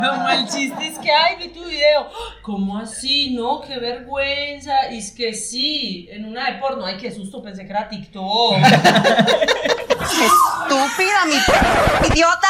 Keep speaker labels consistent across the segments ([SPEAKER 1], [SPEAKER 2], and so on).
[SPEAKER 1] Como el chiste es que, ay, vi tu video. ¿Cómo así? No, qué vergüenza. Y es que sí, en una de porno. Ay, qué susto, pensé que era TikTok.
[SPEAKER 2] ¡Estúpida, mi idiota!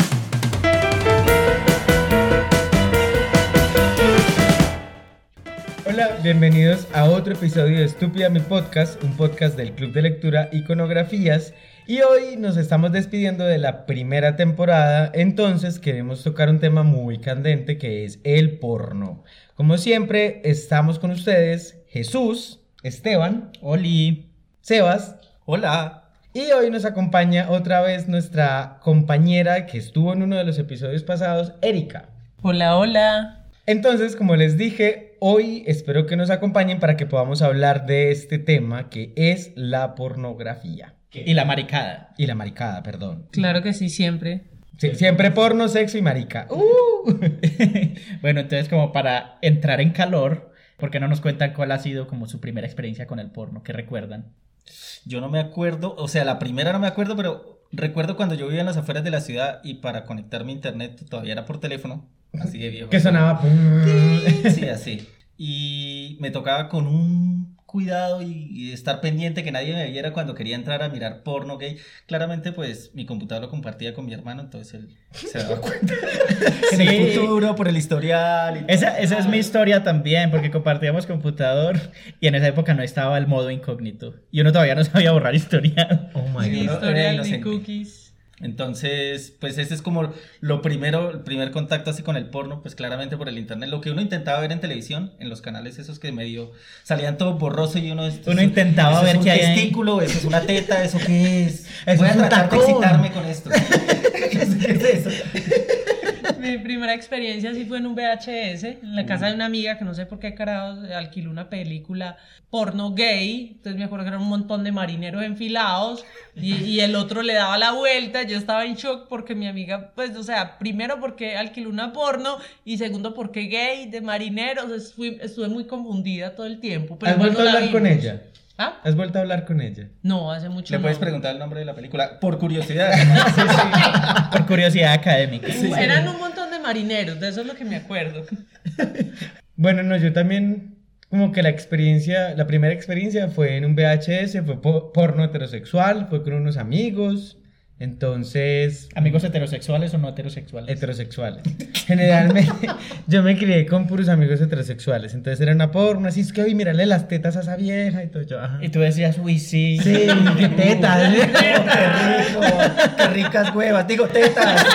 [SPEAKER 3] Hola, bienvenidos a otro episodio de Estúpida mi podcast, un podcast del Club de Lectura Iconografías. Y hoy nos estamos despidiendo de la primera temporada, entonces queremos tocar un tema muy candente que es el porno. Como siempre, estamos con ustedes Jesús, Esteban,
[SPEAKER 4] Oli,
[SPEAKER 3] Sebas,
[SPEAKER 4] hola.
[SPEAKER 3] y hoy nos acompaña otra vez nuestra compañera que estuvo en uno de los episodios pasados, Erika.
[SPEAKER 1] Hola, hola.
[SPEAKER 3] Entonces, como les dije, hoy espero que nos acompañen para que podamos hablar de este tema que es la pornografía.
[SPEAKER 4] Y la maricada.
[SPEAKER 3] Y la maricada, perdón.
[SPEAKER 1] Claro que sí, siempre.
[SPEAKER 3] Sí, siempre porno, sexo y marica.
[SPEAKER 4] Bueno, entonces como para entrar en calor, ¿por qué no nos cuentan cuál ha sido como su primera experiencia con el porno? ¿Qué recuerdan?
[SPEAKER 5] Yo no me acuerdo, o sea, la primera no me acuerdo, pero recuerdo cuando yo vivía en las afueras de la ciudad y para conectarme a internet todavía era por teléfono, así de viejo.
[SPEAKER 3] Que sonaba...
[SPEAKER 5] Sí, así. Y me tocaba con un cuidado y estar pendiente que nadie me viera cuando quería entrar a mirar porno gay. Claramente, pues, mi computador lo compartía con mi hermano, entonces él se daba cuenta. En el futuro, por el historial. Y
[SPEAKER 4] Esa es mi historia también, porque compartíamos computador y en esa época no estaba el modo incógnito. Y uno todavía no sabía borrar historial.
[SPEAKER 3] Oh my
[SPEAKER 1] Ni
[SPEAKER 3] God.
[SPEAKER 1] historial, ni
[SPEAKER 5] inocente.
[SPEAKER 1] cookies.
[SPEAKER 5] Entonces, pues ese es como lo primero, el primer contacto así con el porno, pues claramente por el internet. Lo que uno intentaba ver en televisión, en los canales esos que medio salían todo borroso y uno
[SPEAKER 4] Intentaba
[SPEAKER 5] eso
[SPEAKER 4] ver
[SPEAKER 5] es
[SPEAKER 4] qué
[SPEAKER 5] un
[SPEAKER 4] hay ahí.
[SPEAKER 5] testículo, eso es una teta, ¿eso qué es?
[SPEAKER 3] Eso
[SPEAKER 5] Voy
[SPEAKER 3] es
[SPEAKER 5] a
[SPEAKER 3] un
[SPEAKER 5] tratar de
[SPEAKER 3] tacón.
[SPEAKER 5] excitarme con esto. ¿Qué es eso?
[SPEAKER 1] Mi primera experiencia sí fue en un VHS, en la casa de una amiga que no sé por qué carajos alquiló una película porno gay. Entonces me acuerdo que era un montón de marineros enfilados y el otro le daba la vuelta. Yo estaba en shock porque mi amiga, pues, o sea, primero porque alquiló una porno y segundo porque gay, de marineros. Estuve muy confundida todo el tiempo. Pero
[SPEAKER 3] ¿Has
[SPEAKER 1] igual
[SPEAKER 3] vuelto
[SPEAKER 1] no
[SPEAKER 3] a
[SPEAKER 1] la
[SPEAKER 3] hablar con
[SPEAKER 1] vimos.
[SPEAKER 3] ella?
[SPEAKER 1] ¿Ah?
[SPEAKER 3] ¿Has vuelto a hablar con ella?
[SPEAKER 1] No, hace mucho
[SPEAKER 5] Le
[SPEAKER 1] no.
[SPEAKER 5] puedes preguntar el nombre de la película, por curiosidad.
[SPEAKER 4] Por curiosidad académica.
[SPEAKER 1] Eran un montón de marineros, de eso es lo que me acuerdo.
[SPEAKER 3] Bueno, no, yo también, como que la primera experiencia fue en un VHS, fue porno heterosexual, fue con unos amigos, entonces...
[SPEAKER 4] ¿Amigos heterosexuales o no heterosexuales?
[SPEAKER 3] Heterosexuales. Generalmente yo me crié con puros amigos heterosexuales, entonces era una porno, así es que, oye, mírale las tetas a esa vieja y todo yo, ajá.
[SPEAKER 4] Y tú decías, uy, sí.
[SPEAKER 3] Sí, qué tetas.
[SPEAKER 5] ¡Qué rico! ¡Qué ricas huevas! Digo, tetas.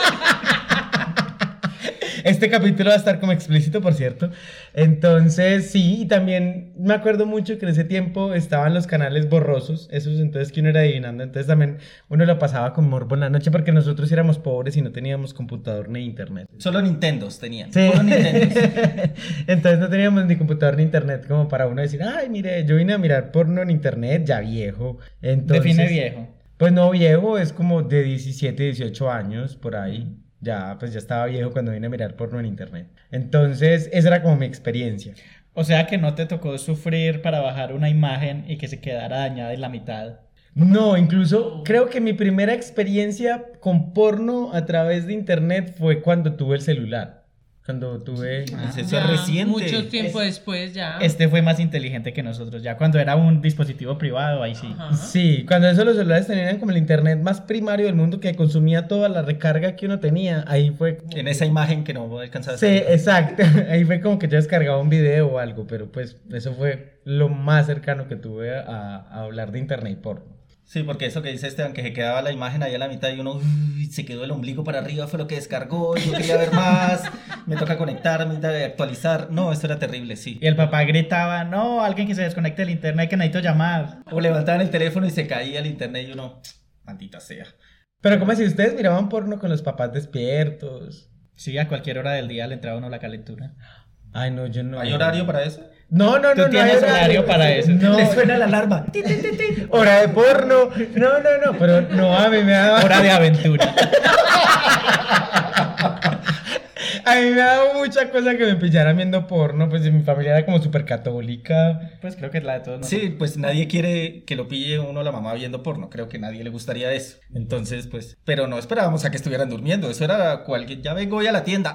[SPEAKER 3] Este capítulo va a estar como explícito, por cierto. Entonces, sí, y también me acuerdo mucho que en ese tiempo estaban los canales borrosos, esos entonces que uno era adivinando. Entonces también uno lo pasaba con morbo en la noche porque nosotros éramos pobres y no teníamos computador ni internet.
[SPEAKER 5] Solo Nintendos tenían.
[SPEAKER 3] Sí.
[SPEAKER 5] Solo Nintendos.
[SPEAKER 3] Entonces no teníamos ni computador ni internet como para uno decir, ay, mire, yo vine a mirar porno en internet, ya viejo. Entonces,
[SPEAKER 4] Define viejo.
[SPEAKER 3] pues no viejo, es como de 17, 18 años, por ahí. Ya, pues ya estaba viejo cuando vine a mirar porno en internet. Entonces, esa era como mi experiencia.
[SPEAKER 4] O sea que no te tocó sufrir para bajar una imagen y que se quedara dañada en la mitad.
[SPEAKER 3] No, incluso creo que mi primera experiencia con porno a través de internet fue cuando tuve el celular. Cuando tuve...
[SPEAKER 5] Pues eso
[SPEAKER 1] Ya,
[SPEAKER 5] es reciente.
[SPEAKER 1] Mucho tiempo después ya.
[SPEAKER 4] Este fue más inteligente que nosotros. Ya cuando era un dispositivo privado, ahí sí.
[SPEAKER 1] Ajá.
[SPEAKER 3] Sí, cuando eso los celulares tenían como el internet más primario del mundo que consumía toda la recarga que uno tenía, ahí fue... como
[SPEAKER 5] En
[SPEAKER 3] que-
[SPEAKER 5] esa imagen que no alcanzaba a
[SPEAKER 3] Sí,
[SPEAKER 5] ver.
[SPEAKER 3] exacto. Ahí fue como que yo descargaba un video o algo, pero pues eso fue lo más cercano que tuve a hablar de internet y porno.
[SPEAKER 5] Sí, porque eso que dice Esteban, que se quedaba la imagen ahí a la mitad y uno uy, se quedó el ombligo para arriba, fue lo que descargó, yo quería ver más, me toca conectarme, actualizar. No, esto era terrible, sí.
[SPEAKER 4] Y el papá gritaba, no, alguien que se desconecte del internet, que necesito llamar.
[SPEAKER 5] O levantaban el teléfono y se caía el internet y uno, maldita sea.
[SPEAKER 3] Pero como si ustedes miraban porno con los papás despiertos.
[SPEAKER 4] Sí, a cualquier hora del día le entraba a uno la calentura.
[SPEAKER 3] Ay, no, yo no.
[SPEAKER 5] ¿Hay horario para eso?
[SPEAKER 3] No, no,
[SPEAKER 4] Tú
[SPEAKER 3] no.
[SPEAKER 4] tienes
[SPEAKER 3] no hay
[SPEAKER 4] horario para eso.
[SPEAKER 3] No,
[SPEAKER 5] Le suena la alarma.
[SPEAKER 3] hora de porno. No, no, no, pero no, a mí me daba...
[SPEAKER 4] Hora de aventura.
[SPEAKER 3] A mí me daba mucha cosa que me pillaran viendo porno, pues mi familia era como súper católica.
[SPEAKER 4] Pues creo que es la de todos nosotros.
[SPEAKER 5] Sí, pues nadie quiere que lo pille uno la mamá viendo porno, creo que a nadie le gustaría eso. Entonces, pues, pero no esperábamos a que estuvieran durmiendo, eso era cualquier, ya vengo hoy a la tienda.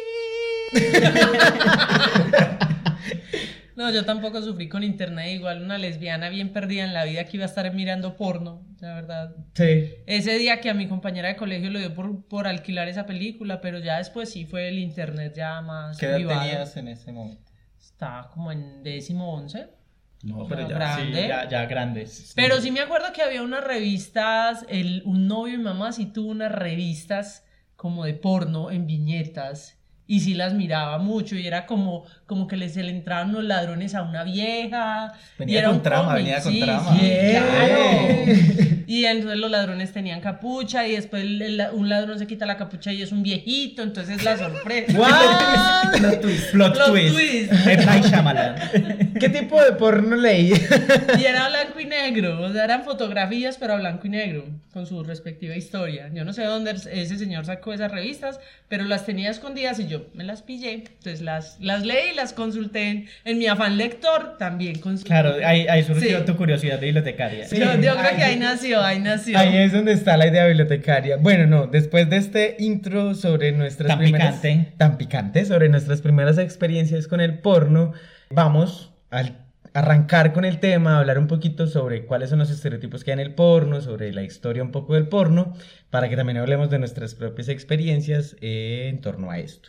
[SPEAKER 1] No, yo tampoco sufrí con internet, igual una lesbiana bien perdida en la vida que iba a estar mirando porno, la verdad.
[SPEAKER 3] Sí.
[SPEAKER 1] Ese día que a mi compañera de colegio le dio por alquilar esa película, pero ya después sí fue el internet ya más
[SPEAKER 5] ¿Qué edad
[SPEAKER 1] privado.
[SPEAKER 5] tenías en ese momento?
[SPEAKER 1] Estaba como en 10º, 11º.
[SPEAKER 5] No,
[SPEAKER 1] pero ya-
[SPEAKER 4] Sí,
[SPEAKER 1] grande.
[SPEAKER 4] ya grandes.
[SPEAKER 1] Pero sí me acuerdo que había unas revistas, un novio de mi mamá sí tuvo unas revistas como de porno en viñetas y sí las miraba mucho y era como que se le entraban los ladrones a una vieja.
[SPEAKER 5] Venía
[SPEAKER 1] y era
[SPEAKER 5] con
[SPEAKER 1] un
[SPEAKER 5] trama,
[SPEAKER 1] cómic,
[SPEAKER 5] venía con
[SPEAKER 1] sí,
[SPEAKER 5] trama.
[SPEAKER 1] sí,
[SPEAKER 3] Bien.
[SPEAKER 1] claro. Y entonces los ladrones tenían capucha y después un ladrón se quita la capucha y es un viejito, entonces es la sorpresa.
[SPEAKER 3] ¿What?
[SPEAKER 5] Plot twist.
[SPEAKER 4] Plot
[SPEAKER 1] Plot
[SPEAKER 4] twist.
[SPEAKER 1] twist.
[SPEAKER 4] M. Night Shyamalan.
[SPEAKER 3] ¿Qué tipo de porno leí?
[SPEAKER 1] Y era blanco y negro, o sea, eran fotografías, pero a blanco y negro, con su respectiva historia. Yo no sé dónde ese señor sacó esas revistas, pero las tenía escondidas y yo me las pillé. Entonces las leí y las consulté en mi afán lector, también consulté.
[SPEAKER 4] Claro, ahí surgió
[SPEAKER 1] Sí.
[SPEAKER 4] tu curiosidad de bibliotecaria.
[SPEAKER 3] Sí.
[SPEAKER 1] Yo creo
[SPEAKER 3] Ahí-
[SPEAKER 1] que ahí nació.
[SPEAKER 3] Ahí es donde está la idea bibliotecaria. Bueno, no, después de este intro sobre nuestras
[SPEAKER 4] Tan
[SPEAKER 3] primeras...
[SPEAKER 4] picante.
[SPEAKER 3] Tan picante, sobre nuestras primeras experiencias con el porno, vamos a arrancar con el tema, hablar un poquito sobre cuáles son los estereotipos que hay en el porno, sobre la historia un poco del porno, para que también hablemos de nuestras propias experiencias en torno a esto.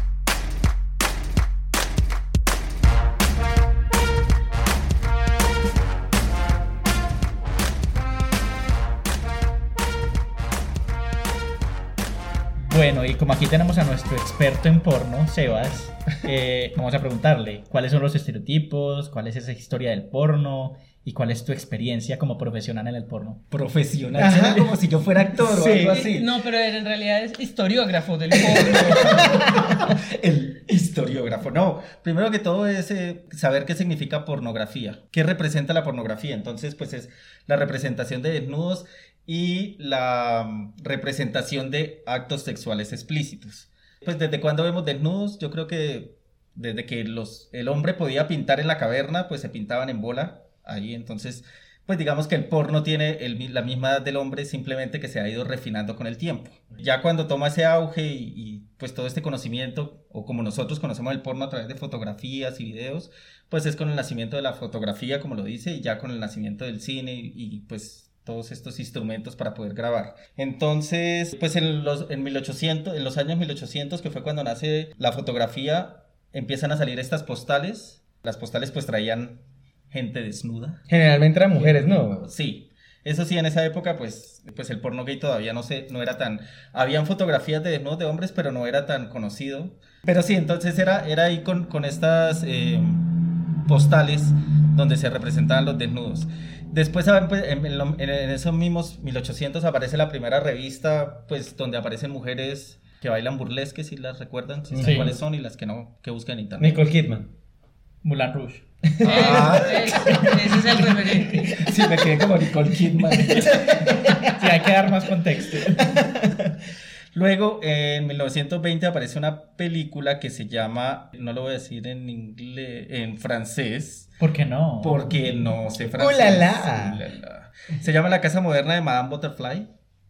[SPEAKER 4] Bueno, y como aquí tenemos a nuestro experto en porno, Sebas, vamos a preguntarle cuáles son los estereotipos, cuál es esa historia del porno y cuál es tu experiencia como profesional en el porno.
[SPEAKER 5] Profesional,
[SPEAKER 3] Ajá.
[SPEAKER 5] suena como si yo fuera actor
[SPEAKER 3] Sí.
[SPEAKER 5] o algo así.
[SPEAKER 1] No, pero en realidad es historiógrafo del porno.
[SPEAKER 5] El historiógrafo. No, primero que todo es saber qué significa pornografía, qué representa la pornografía. Entonces, pues es la representación de desnudos y la representación de actos sexuales explícitos. Pues desde cuando vemos desnudos, yo creo que desde que el hombre podía pintar en la caverna, pues se pintaban en bola ahí. Entonces, pues digamos que el porno tiene la misma edad del hombre, simplemente que se ha ido refinando con el tiempo. Ya cuando toma ese auge y pues todo este conocimiento, o como nosotros conocemos el porno a través de fotografías y videos, pues es con el nacimiento de la fotografía, como lo dice, y ya con el nacimiento del cine y pues todos estos instrumentos para poder grabar. Entonces, pues en los años 1800, que fue cuando nace la fotografía, empiezan a salir estas postales. Las postales pues traían gente desnuda.
[SPEAKER 3] Generalmente eran mujeres, ¿no?
[SPEAKER 5] Sí, eso sí, en esa época pues el porno gay todavía no era tan... Habían fotografías de desnudos de hombres, pero no era tan conocido. Pero sí, entonces era ahí con estas postales donde se representaban los desnudos. Después, en esos mismos 1800 aparece la primera revista, pues donde aparecen mujeres que bailan burlesque, si las recuerdan, si saben
[SPEAKER 3] Sí.
[SPEAKER 5] cuáles son, y las que no, que buscan en internet.
[SPEAKER 3] Nicole Kidman.
[SPEAKER 4] Moulin Rouge.
[SPEAKER 5] Ah.
[SPEAKER 1] Ese es el referente.
[SPEAKER 5] Sí, me quedé como Nicole Kidman.
[SPEAKER 4] Sí, hay que dar más contexto.
[SPEAKER 5] Luego, en 1920 aparece una película que se llama, no lo voy a decir en inglés, en francés,
[SPEAKER 4] ¿Por qué no?
[SPEAKER 5] porque no sé francés.
[SPEAKER 3] ¡Ulala!
[SPEAKER 5] ¡Ulala! Se llama La Casa Moderna de Madame Butterfly.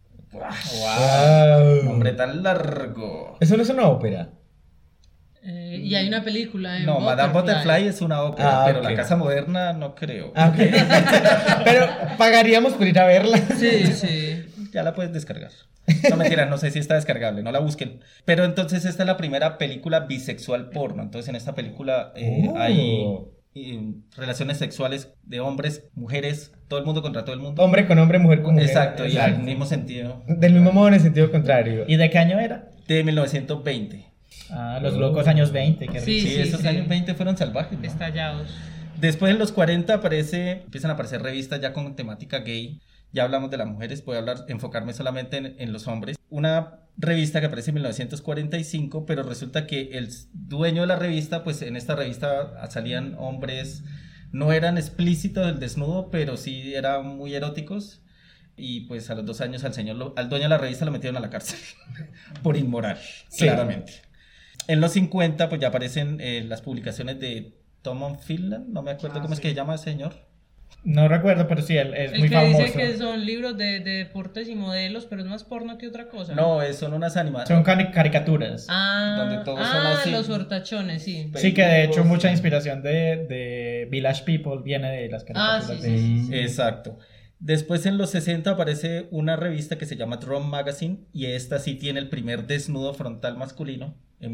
[SPEAKER 3] Wow.
[SPEAKER 5] Nombre tan largo.
[SPEAKER 3] Eso no es una ópera.
[SPEAKER 1] Y hay una película en
[SPEAKER 5] No, Madame Butterfly es una ópera,
[SPEAKER 3] Ah,
[SPEAKER 5] pero
[SPEAKER 3] ok.
[SPEAKER 5] La Casa Moderna no creo.
[SPEAKER 3] Ah, ok. Pero pagaríamos por ir a verla.
[SPEAKER 1] Sí, sí.
[SPEAKER 5] Ya la puedes descargar. No, mentira, no sé si está descargable, no la busquen. Pero entonces esta es la primera película bisexual porno. Entonces en esta película hay relaciones sexuales de hombres, mujeres, todo el mundo contra todo el mundo.
[SPEAKER 3] Hombre con hombre, mujer con mujer.
[SPEAKER 5] Exacto, y
[SPEAKER 3] Exacto.
[SPEAKER 5] al mismo sentido.
[SPEAKER 3] Del mismo modo en el sentido contrario.
[SPEAKER 4] ¿Y de qué año era?
[SPEAKER 5] De 1920.
[SPEAKER 4] Ah, los locos años 20. Qué
[SPEAKER 1] Sí,
[SPEAKER 4] rico.
[SPEAKER 5] Sí, esos
[SPEAKER 1] sí.
[SPEAKER 5] años 20 fueron salvajes, ¿no?
[SPEAKER 1] Estallados.
[SPEAKER 5] Después en los 40 empiezan a aparecer revistas ya con temática gay. Ya hablamos de las mujeres, voy a enfocarme solamente en los hombres. Una revista que aparece en 1945, pero resulta que el dueño de la revista, pues en esta revista salían hombres, no eran explícitos del desnudo, pero sí eran muy eróticos. Y pues a los 2 años al dueño de la revista lo metieron a la cárcel por inmoral,
[SPEAKER 3] Sí.
[SPEAKER 5] claramente. En los 50 pues ya aparecen las publicaciones de Tom Finland, no me acuerdo cómo es que se llama ese señor.
[SPEAKER 4] No recuerdo, pero sí, él es
[SPEAKER 1] El
[SPEAKER 4] muy
[SPEAKER 1] que
[SPEAKER 4] famoso.
[SPEAKER 1] dice que son libros de deportes y modelos, pero es más porno que otra cosa.
[SPEAKER 5] No, son unas animaciones.
[SPEAKER 4] Son caricaturas.
[SPEAKER 5] donde todos son así.
[SPEAKER 1] Los hortachones, sí.
[SPEAKER 4] Sí, que de hecho mucha inspiración de Village People viene de las caricaturas.
[SPEAKER 1] sí.
[SPEAKER 5] Exacto. Después en los 60 aparece una revista que se llama Drum Magazine y esta sí tiene el primer desnudo frontal masculino en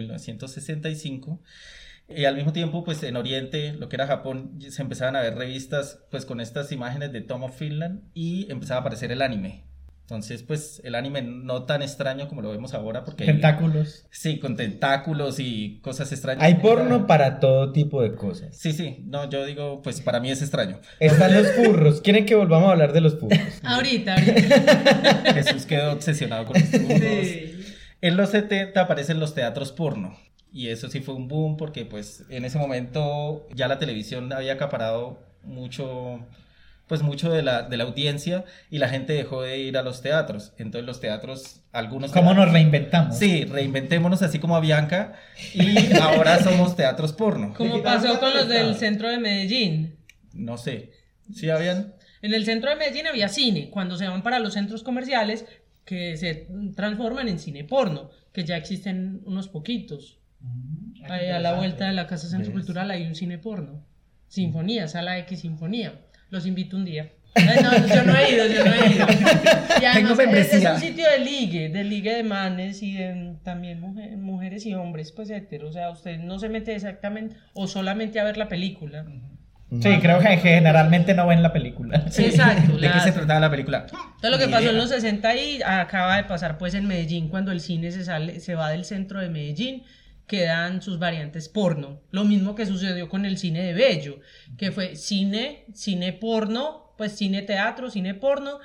[SPEAKER 5] 1965. Y al mismo tiempo, pues en Oriente, lo que era Japón, se empezaban a ver revistas pues con estas imágenes de Tom of Finland y empezaba a aparecer el anime. Entonces, pues el anime no tan extraño como lo vemos ahora porque
[SPEAKER 4] Tentáculos.
[SPEAKER 5] Sí, con tentáculos y cosas extrañas.
[SPEAKER 3] Hay porno para todo tipo de cosas.
[SPEAKER 5] Sí, no, yo digo, pues para mí es extraño.
[SPEAKER 3] Están los furros. ¿Quieren que volvamos a hablar de los furros?
[SPEAKER 1] Ahorita.
[SPEAKER 5] Jesús quedó obsesionado con los furros.
[SPEAKER 1] Sí.
[SPEAKER 5] En los 70 aparecen los teatros porno. Y eso sí fue un boom porque pues en ese momento ya la televisión había acaparado mucho de la audiencia y la gente dejó de ir a los teatros. Entonces los teatros, algunos...
[SPEAKER 4] ¿Cómo nos reinventamos?
[SPEAKER 5] Sí, reinventémonos así como a Bianca y ahora somos teatros porno.
[SPEAKER 1] Como pasó con los del centro de Medellín.
[SPEAKER 5] No sé, ¿sí habían?
[SPEAKER 1] En el centro de Medellín había cine. Cuando se van para los centros comerciales, que se transforman en cine porno, que ya existen unos poquitos. Ahí a la vuelta de la Casa Centro Cultural hay un cine porno. Sinfonía, Sala X Sinfonía. Los invito un día. No, yo no he ido. Y además,
[SPEAKER 5] Tengo membresía.
[SPEAKER 1] es un sitio de ligue de manes y también mujeres y hombres, pues hetero. O sea, usted no se mete exactamente o solamente a ver la película.
[SPEAKER 4] Sí, creo que generalmente no ven la película.
[SPEAKER 1] Sí, exacto.
[SPEAKER 5] ¿De qué se trataba la película?
[SPEAKER 1] Todo lo que pasó en los 60 y acaba de pasar pues en Medellín cuando el cine se va del centro de Medellín, quedan sus variantes porno. Lo mismo que sucedió con el cine de Bello, que fue cine porno, pues cine teatro, cine porno,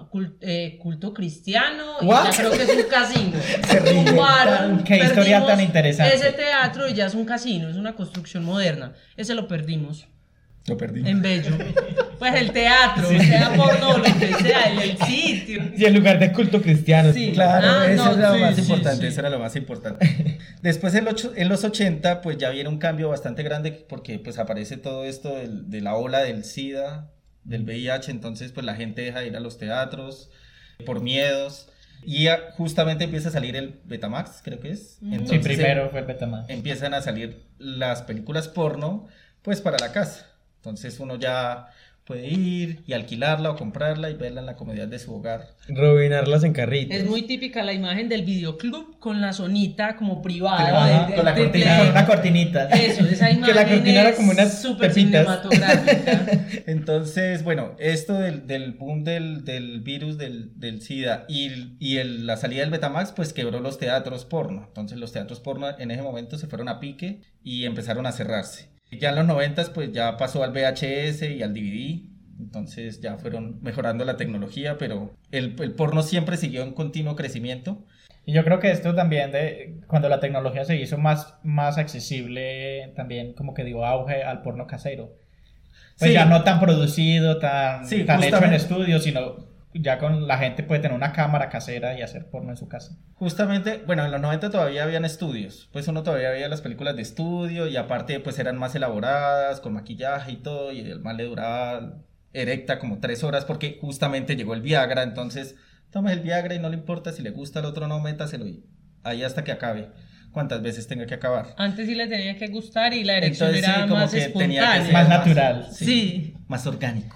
[SPEAKER 1] culto cristiano, y ya creo que es un casino. Tumbaron,
[SPEAKER 4] Qué historia tan interesante.
[SPEAKER 1] Ese teatro y ya es un casino, es una construcción moderna. Ese lo perdimos.
[SPEAKER 5] Lo perdí.
[SPEAKER 1] En Bello. Pues el teatro, sea porno, lo que sea, el sitio.
[SPEAKER 3] Y en lugar de culto cristiano.
[SPEAKER 1] Sí.
[SPEAKER 5] Claro, eso era lo más
[SPEAKER 1] sí,
[SPEAKER 5] importante,
[SPEAKER 1] sí.
[SPEAKER 5] eso era lo más importante. Después en los 80 pues ya viene un cambio bastante grande porque pues aparece todo esto de la ola del SIDA, del VIH, entonces pues la gente deja de ir a los teatros por miedos y justamente empieza a salir el Betamax, creo que es. Entonces,
[SPEAKER 4] Sí, primero fue Betamax.
[SPEAKER 5] empiezan a salir las películas porno pues para la casa. Entonces uno ya puede ir y alquilarla o comprarla y verla en la comodidad de su hogar.
[SPEAKER 3] Robinarlas en carritos.
[SPEAKER 1] Es muy típica la imagen del videoclub con la zonita como privada.
[SPEAKER 4] Ajá,
[SPEAKER 5] con la
[SPEAKER 1] triple
[SPEAKER 5] cortina,
[SPEAKER 4] Con
[SPEAKER 1] X.
[SPEAKER 4] una cortinita.
[SPEAKER 1] Eso, esa imagen
[SPEAKER 3] la cortina era
[SPEAKER 1] es
[SPEAKER 3] como unas
[SPEAKER 1] súper
[SPEAKER 3] pepitas.
[SPEAKER 1] cinematográfica.
[SPEAKER 5] Entonces, bueno, esto del boom del virus del SIDA y la salida del Betamax, pues quebró los teatros porno. Entonces los teatros porno en ese momento se fueron a pique y empezaron a cerrarse. Ya en los 90s, pues ya pasó al VHS y al DVD. Entonces ya fueron mejorando la tecnología, pero el porno siempre siguió en continuo crecimiento.
[SPEAKER 4] Y yo creo que esto también cuando la tecnología se hizo más accesible, también como que dio auge al porno casero. Pues
[SPEAKER 5] Sí.
[SPEAKER 4] ya no tan producido, tan hecho en
[SPEAKER 5] justamente.
[SPEAKER 4] estudio, sino ya con la gente puede tener una cámara casera y hacer porno en su casa.
[SPEAKER 5] Justamente, bueno, en los 90 todavía habían estudios, pues uno todavía veía las películas de estudio y aparte pues eran más elaboradas, con maquillaje y todo, y el man le duraba erecta como 3 horas porque justamente llegó el Viagra, entonces toma el Viagra y no le importa si le gusta al otro, no, métaselo y ahí hasta que acabe, cuántas veces tenga que acabar.
[SPEAKER 1] Antes sí le tenía que gustar y la erección
[SPEAKER 5] Entonces, sí,
[SPEAKER 1] era
[SPEAKER 5] como
[SPEAKER 1] más
[SPEAKER 5] que tenía que
[SPEAKER 1] espontánea.
[SPEAKER 5] ser
[SPEAKER 4] Más natural.
[SPEAKER 1] Sí.
[SPEAKER 5] Más orgánico.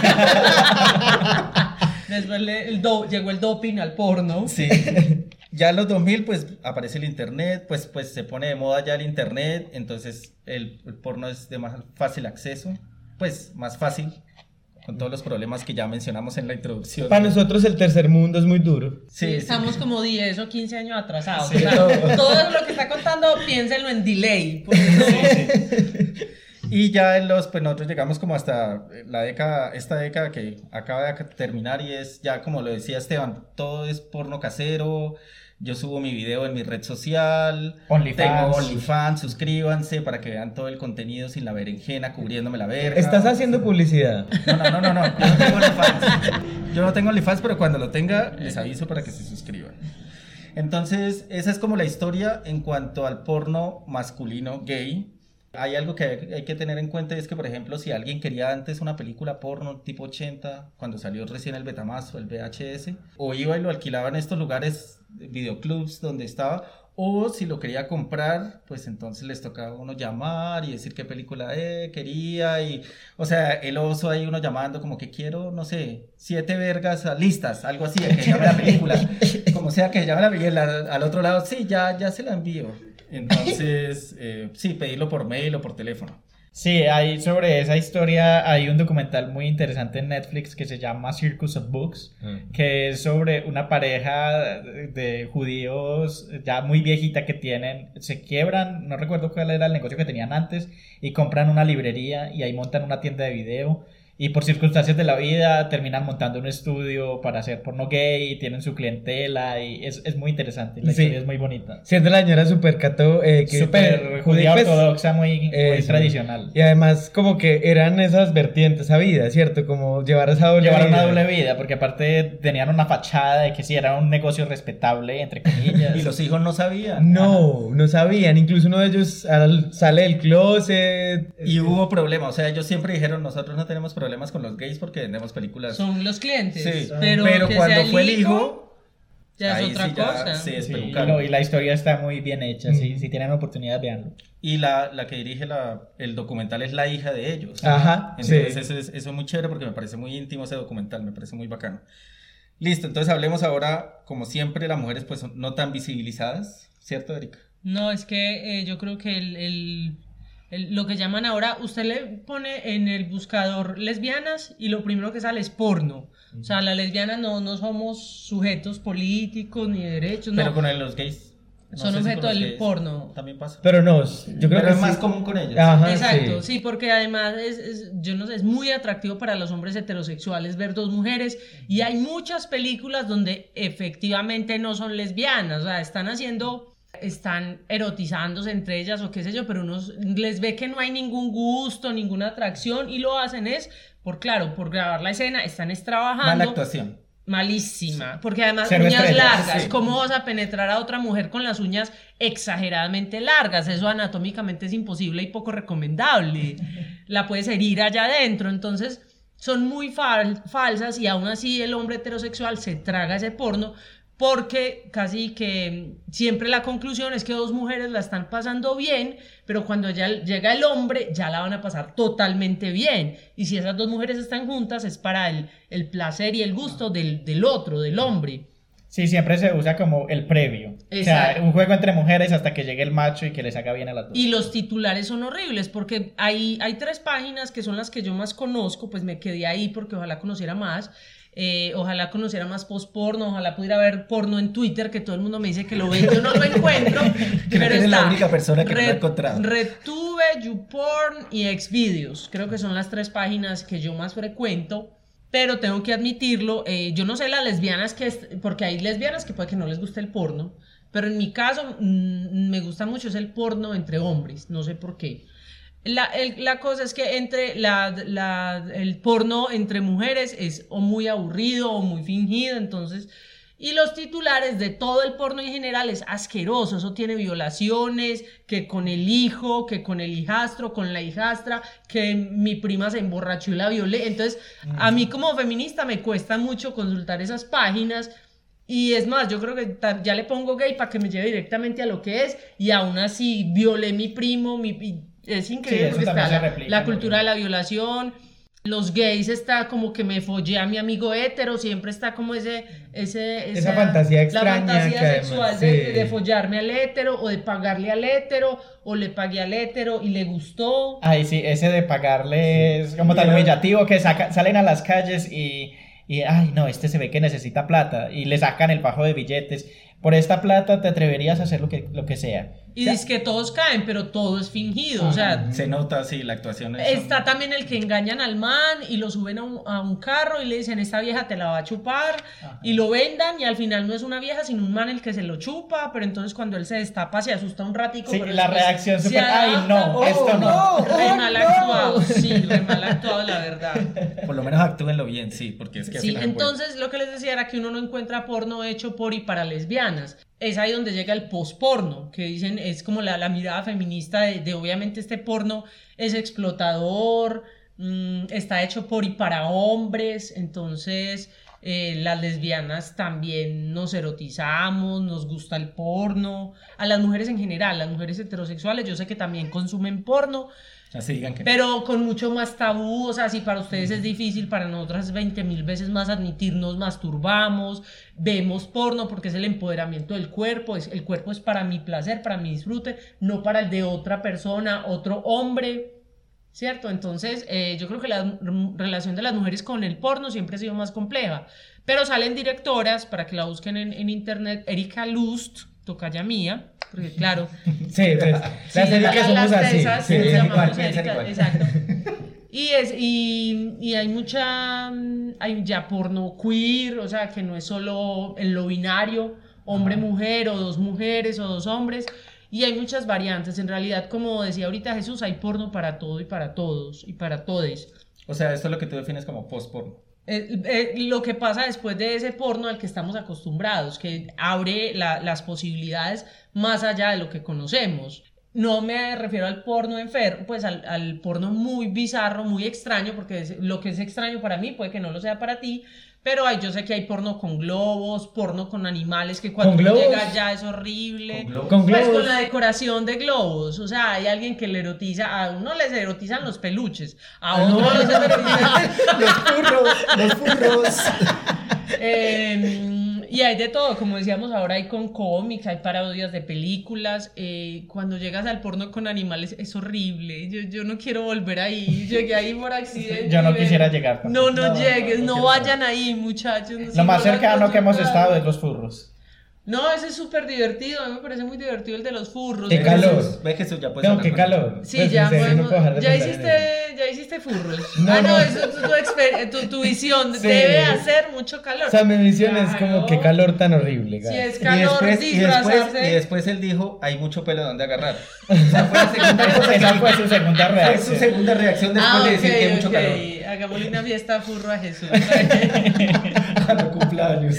[SPEAKER 1] Después llegó el doping al porno.
[SPEAKER 5] Sí. Ya en los 2000 pues aparece el internet, pues se pone de moda ya el internet, entonces el porno es de más fácil acceso, pues más fácil, con todos los problemas que ya mencionamos en la introducción.
[SPEAKER 3] Para nosotros el tercer mundo es muy duro.
[SPEAKER 1] Sí,
[SPEAKER 5] Sí,
[SPEAKER 1] estamos como 10 o 15 años atrasados.
[SPEAKER 5] Sí,
[SPEAKER 1] o sea, todo lo que está contando, piénsenlo en delay. Por eso,
[SPEAKER 5] Y ya pues nosotros llegamos como hasta esta década que acaba de terminar y es ya como lo decía Esteban, todo es porno casero. Yo subo mi video en mi red social,
[SPEAKER 4] OnlyFans.
[SPEAKER 5] tengo OnlyFans, suscríbanse para que vean todo el contenido sin la berenjena, cubriéndome la verga.
[SPEAKER 3] ¿Estás haciendo publicidad?
[SPEAKER 5] No, yo no tengo OnlyFans. Yo no tengo OnlyFans, pero cuando lo tenga les aviso para que se suscriban. Entonces, esa es como la historia en cuanto al porno masculino gay. Hay algo que hay que tener en cuenta, es que, por ejemplo, si alguien quería antes una película porno tipo 80, cuando salió recién el Betamax o el VHS, o iba y lo alquilaba en estos lugares, videoclubs donde estaba, o si lo quería comprar, pues entonces les tocaba a uno llamar y decir qué película quería, y, o sea, el oso ahí uno llamando como que quiero, no sé, 7 vergas listas, algo así, que llame la película, como sea que llame la película, al otro lado, sí, ya se la envío. Entonces, sí, pedirlo por mail o por teléfono.
[SPEAKER 4] Sí, hay sobre esa historia, hay un documental muy interesante en Netflix que se llama Circus of Books, que es sobre una pareja de judíos ya muy viejita que se quiebran, no recuerdo cuál era el negocio que tenían antes, y compran una librería y ahí montan una tienda de video. Y por circunstancias de la vida terminan montando un estudio para hacer porno gay, y tienen su clientela y es muy interesante, la historia es muy bonita.
[SPEAKER 3] Siendo la señora súper
[SPEAKER 4] súper judía ortodoxa, muy tradicional.
[SPEAKER 3] Y además como que eran esas vertientes a vida, ¿cierto? Como llevar una
[SPEAKER 4] doble vida, porque aparte tenían una fachada de que sí, era un negocio respetable, entre comillas.
[SPEAKER 5] Y los hijos no sabían.
[SPEAKER 3] No sabían, incluso uno de ellos sale del closet.
[SPEAKER 5] Y hubo problema, o sea, ellos siempre dijeron, nosotros no tenemos problemas con los gays porque vendemos películas.
[SPEAKER 1] Son los clientes.
[SPEAKER 5] Sí,
[SPEAKER 1] pero
[SPEAKER 5] cuando fue el hijo,
[SPEAKER 1] ya es otra cosa.
[SPEAKER 4] Y la historia está muy bien hecha, si tienen oportunidad, veanlo.
[SPEAKER 5] Y la que dirige el documental es la hija de ellos.
[SPEAKER 3] Ajá.
[SPEAKER 5] Entonces eso es muy chévere porque me parece muy íntimo ese documental, me parece muy bacano. Listo, entonces hablemos ahora, como siempre, las mujeres pues no tan visibilizadas, ¿cierto, Erika?
[SPEAKER 1] No, es que yo creo que lo que llaman ahora, usted le pone en el buscador lesbianas y lo primero que sale es porno. O sea, las lesbianas no somos sujetos políticos ni de derechos.
[SPEAKER 5] Pero
[SPEAKER 1] no.
[SPEAKER 5] con los gays.
[SPEAKER 1] Son objeto del porno.
[SPEAKER 5] También pasa.
[SPEAKER 3] Pero no, yo creo que
[SPEAKER 5] es más común con ellos.
[SPEAKER 3] Ajá,
[SPEAKER 1] exacto, sí, porque además yo no sé, es muy atractivo para los hombres heterosexuales ver dos mujeres, y hay muchas películas donde efectivamente no son lesbianas, o sea, están erotizándose entre ellas o qué sé yo, pero uno les ve que no hay ningún gusto, ninguna atracción, y lo hacen por grabar la escena, están trabajando.
[SPEAKER 5] Mala actuación.
[SPEAKER 1] Malísima, porque además
[SPEAKER 4] Cero
[SPEAKER 1] uñas
[SPEAKER 4] estrellas,
[SPEAKER 1] largas,
[SPEAKER 4] sí.
[SPEAKER 1] ¿Cómo vas a penetrar a otra mujer con las uñas exageradamente largas? Eso anatómicamente es imposible y poco recomendable. La puedes herir allá adentro, entonces son muy falsas, y aún así el hombre heterosexual se traga ese porno, porque casi que siempre la conclusión es que dos mujeres la están pasando bien, pero cuando ya llega el hombre ya la van a pasar totalmente bien, y si esas dos mujeres están juntas es para el placer y el gusto del otro, del hombre.
[SPEAKER 4] Sí, siempre se usa como el previo.
[SPEAKER 1] Exacto.
[SPEAKER 4] O sea, un juego entre mujeres hasta que llegue el macho y que les haga bien a las dos.
[SPEAKER 1] Y los titulares son horribles, porque hay 3 páginas que son las que yo más conozco, pues me quedé ahí porque ojalá conociera más. Ojalá conociera más post-porno, ojalá pudiera ver porno en Twitter, que todo el mundo me dice que lo ve, yo no lo encuentro.
[SPEAKER 5] Pero eres la única persona que no lo ha encontrado.
[SPEAKER 1] RedTube, YouPorn y Xvideos, creo que son las 3 páginas que yo más frecuento. Pero tengo que admitirlo, yo no sé las lesbianas porque hay lesbianas que puede que no les guste el porno, pero en mi caso me gusta mucho es el porno entre hombres, no sé por qué. La cosa es que el porno entre mujeres es o muy aburrido o muy fingido, entonces, y los titulares de todo el porno en general es asqueroso, eso tiene violaciones, que con el hijo, que con el hijastro, con la hijastra, que mi prima se emborrachó y la violé. Entonces a mí como feminista me cuesta mucho consultar esas páginas, y es más, yo creo que ya le pongo gay para que me lleve directamente a lo que es, y aún así violé mi primo, es increíble,
[SPEAKER 4] sí,
[SPEAKER 1] porque está la cultura de la violación. Los gays está como que me follé a mi amigo hétero, siempre está como esa
[SPEAKER 3] fantasía extraña,
[SPEAKER 1] la fantasía
[SPEAKER 3] que
[SPEAKER 1] sexual
[SPEAKER 3] además,
[SPEAKER 1] de follarme al hétero, o de pagarle al hétero, o le pagué al hétero y le gustó.
[SPEAKER 4] Ay, sí, ese de pagarle es como tan humillativo que salen a las calles y ay, no, este se ve que necesita plata, y le sacan el fajo de billetes. Por esta plata te atreverías a hacer lo que sea.
[SPEAKER 1] Y dice que todos caen, pero todo es fingido, o sea...
[SPEAKER 5] Se nota, sí, la actuación es...
[SPEAKER 1] Está también el que engañan al man y lo suben a un carro y le dicen, esta vieja te la va a chupar, y lo vendan, y al final no es una vieja sino un man el que se lo chupa, pero entonces cuando él se destapa se asusta un ratico.
[SPEAKER 4] Sí,
[SPEAKER 1] pero
[SPEAKER 4] la reacción
[SPEAKER 1] se
[SPEAKER 4] súper, ay
[SPEAKER 1] adapta.
[SPEAKER 4] no, esto no.
[SPEAKER 1] Re mal actuado, sí, re mal actuado, la verdad.
[SPEAKER 5] Por lo menos actúenlo bien, sí, porque es que así
[SPEAKER 1] Sí,
[SPEAKER 5] no se puede.
[SPEAKER 1] entonces lo que les decía era que uno no encuentra porno hecho por y para lesbianas. es ahí donde llega el post-porno, que dicen, es como la mirada feminista de obviamente este porno es explotador, está hecho por y para hombres, entonces las lesbianas también nos erotizamos, nos gusta el porno, a las mujeres en general, las mujeres heterosexuales, yo sé que también consumen porno,
[SPEAKER 5] Así digan que
[SPEAKER 1] pero con mucho más tabú, o sea, si para ustedes es difícil, para nosotras 20.000 veces más admitirnos, masturbamos, vemos porno porque es el empoderamiento del cuerpo, el cuerpo es para mi placer, para mi disfrute, no para el de otra persona, otro hombre, ¿cierto? Entonces, yo creo que la relación de las mujeres con el porno siempre ha sido más compleja, pero salen directoras, para que la busquen en internet, Erika Lust, tocaya mía, porque claro...
[SPEAKER 3] Sí, pues, las Erika somos así.
[SPEAKER 1] Tesas,
[SPEAKER 3] Sí,
[SPEAKER 1] nos llamamos
[SPEAKER 5] piensan
[SPEAKER 1] Erika,
[SPEAKER 5] igual.
[SPEAKER 1] exacto. Y hay ya porno queer, o sea, que no es solo en lo binario, hombre-mujer, o dos mujeres, o dos hombres, y hay muchas variantes. En realidad, como decía ahorita Jesús, hay porno para todo y para todos, y para todes.
[SPEAKER 5] O sea, esto es lo que tú defines como post-porno.
[SPEAKER 1] Lo que pasa después de ese porno al que estamos acostumbrados, que abre las posibilidades más allá de lo que conocemos. No me refiero al porno enfermo, pues al porno muy bizarro, muy extraño, porque lo que es extraño para mí puede que no lo sea para ti, pero yo sé que hay porno con globos, porno con animales, que cuando uno llega ya es horrible.
[SPEAKER 3] Con
[SPEAKER 1] Pues
[SPEAKER 3] globos.
[SPEAKER 1] con la decoración de globos, o sea, hay alguien que le erotiza, a uno les erotizan los peluches, a otro les erotizan
[SPEAKER 5] Los furros.
[SPEAKER 1] y hay de todo, como decíamos ahora, hay con cómics, hay parodias de películas. Cuando llegas al porno con animales es horrible, yo no quiero volver ahí, llegué ahí por accidente.
[SPEAKER 4] Yo no quisiera llegar
[SPEAKER 1] No,
[SPEAKER 4] tampoco.
[SPEAKER 1] no llegues, no
[SPEAKER 5] quiero
[SPEAKER 1] vayan ahí, muchachos.
[SPEAKER 4] Lo más cercano que hemos estado es los furros.
[SPEAKER 1] No, ese es súper divertido, a mí me parece muy divertido el de los furros.
[SPEAKER 3] Qué calor.
[SPEAKER 5] Ve Jesús, ya puedes
[SPEAKER 3] No,
[SPEAKER 5] hablar
[SPEAKER 3] qué
[SPEAKER 5] con
[SPEAKER 3] calor.
[SPEAKER 1] Sí,
[SPEAKER 3] Pues,
[SPEAKER 1] ya
[SPEAKER 3] en serio, no
[SPEAKER 1] podemos.
[SPEAKER 3] puedo dejar de
[SPEAKER 1] Ya
[SPEAKER 3] pensar en eso.
[SPEAKER 1] hiciste furros.
[SPEAKER 3] No, no.
[SPEAKER 1] Eso es tu visión.
[SPEAKER 3] Sí.
[SPEAKER 1] Debe hacer mucho calor.
[SPEAKER 3] O sea, mi visión es como
[SPEAKER 1] Claro.
[SPEAKER 3] qué calor tan horrible.
[SPEAKER 1] Si
[SPEAKER 3] guys.
[SPEAKER 1] es calor,
[SPEAKER 5] y
[SPEAKER 1] disfrazarse.
[SPEAKER 5] después él dijo, hay mucho pelo donde agarrar. O sea, fue la segunda cosa que
[SPEAKER 4] Esa fue su segunda
[SPEAKER 5] fue su
[SPEAKER 4] reacción.
[SPEAKER 5] segunda reacción después de decir que hay mucho
[SPEAKER 1] ok.
[SPEAKER 5] calor.
[SPEAKER 1] Hagámosle una fiesta furro a Jesús.
[SPEAKER 5] Cuando cumpleaños.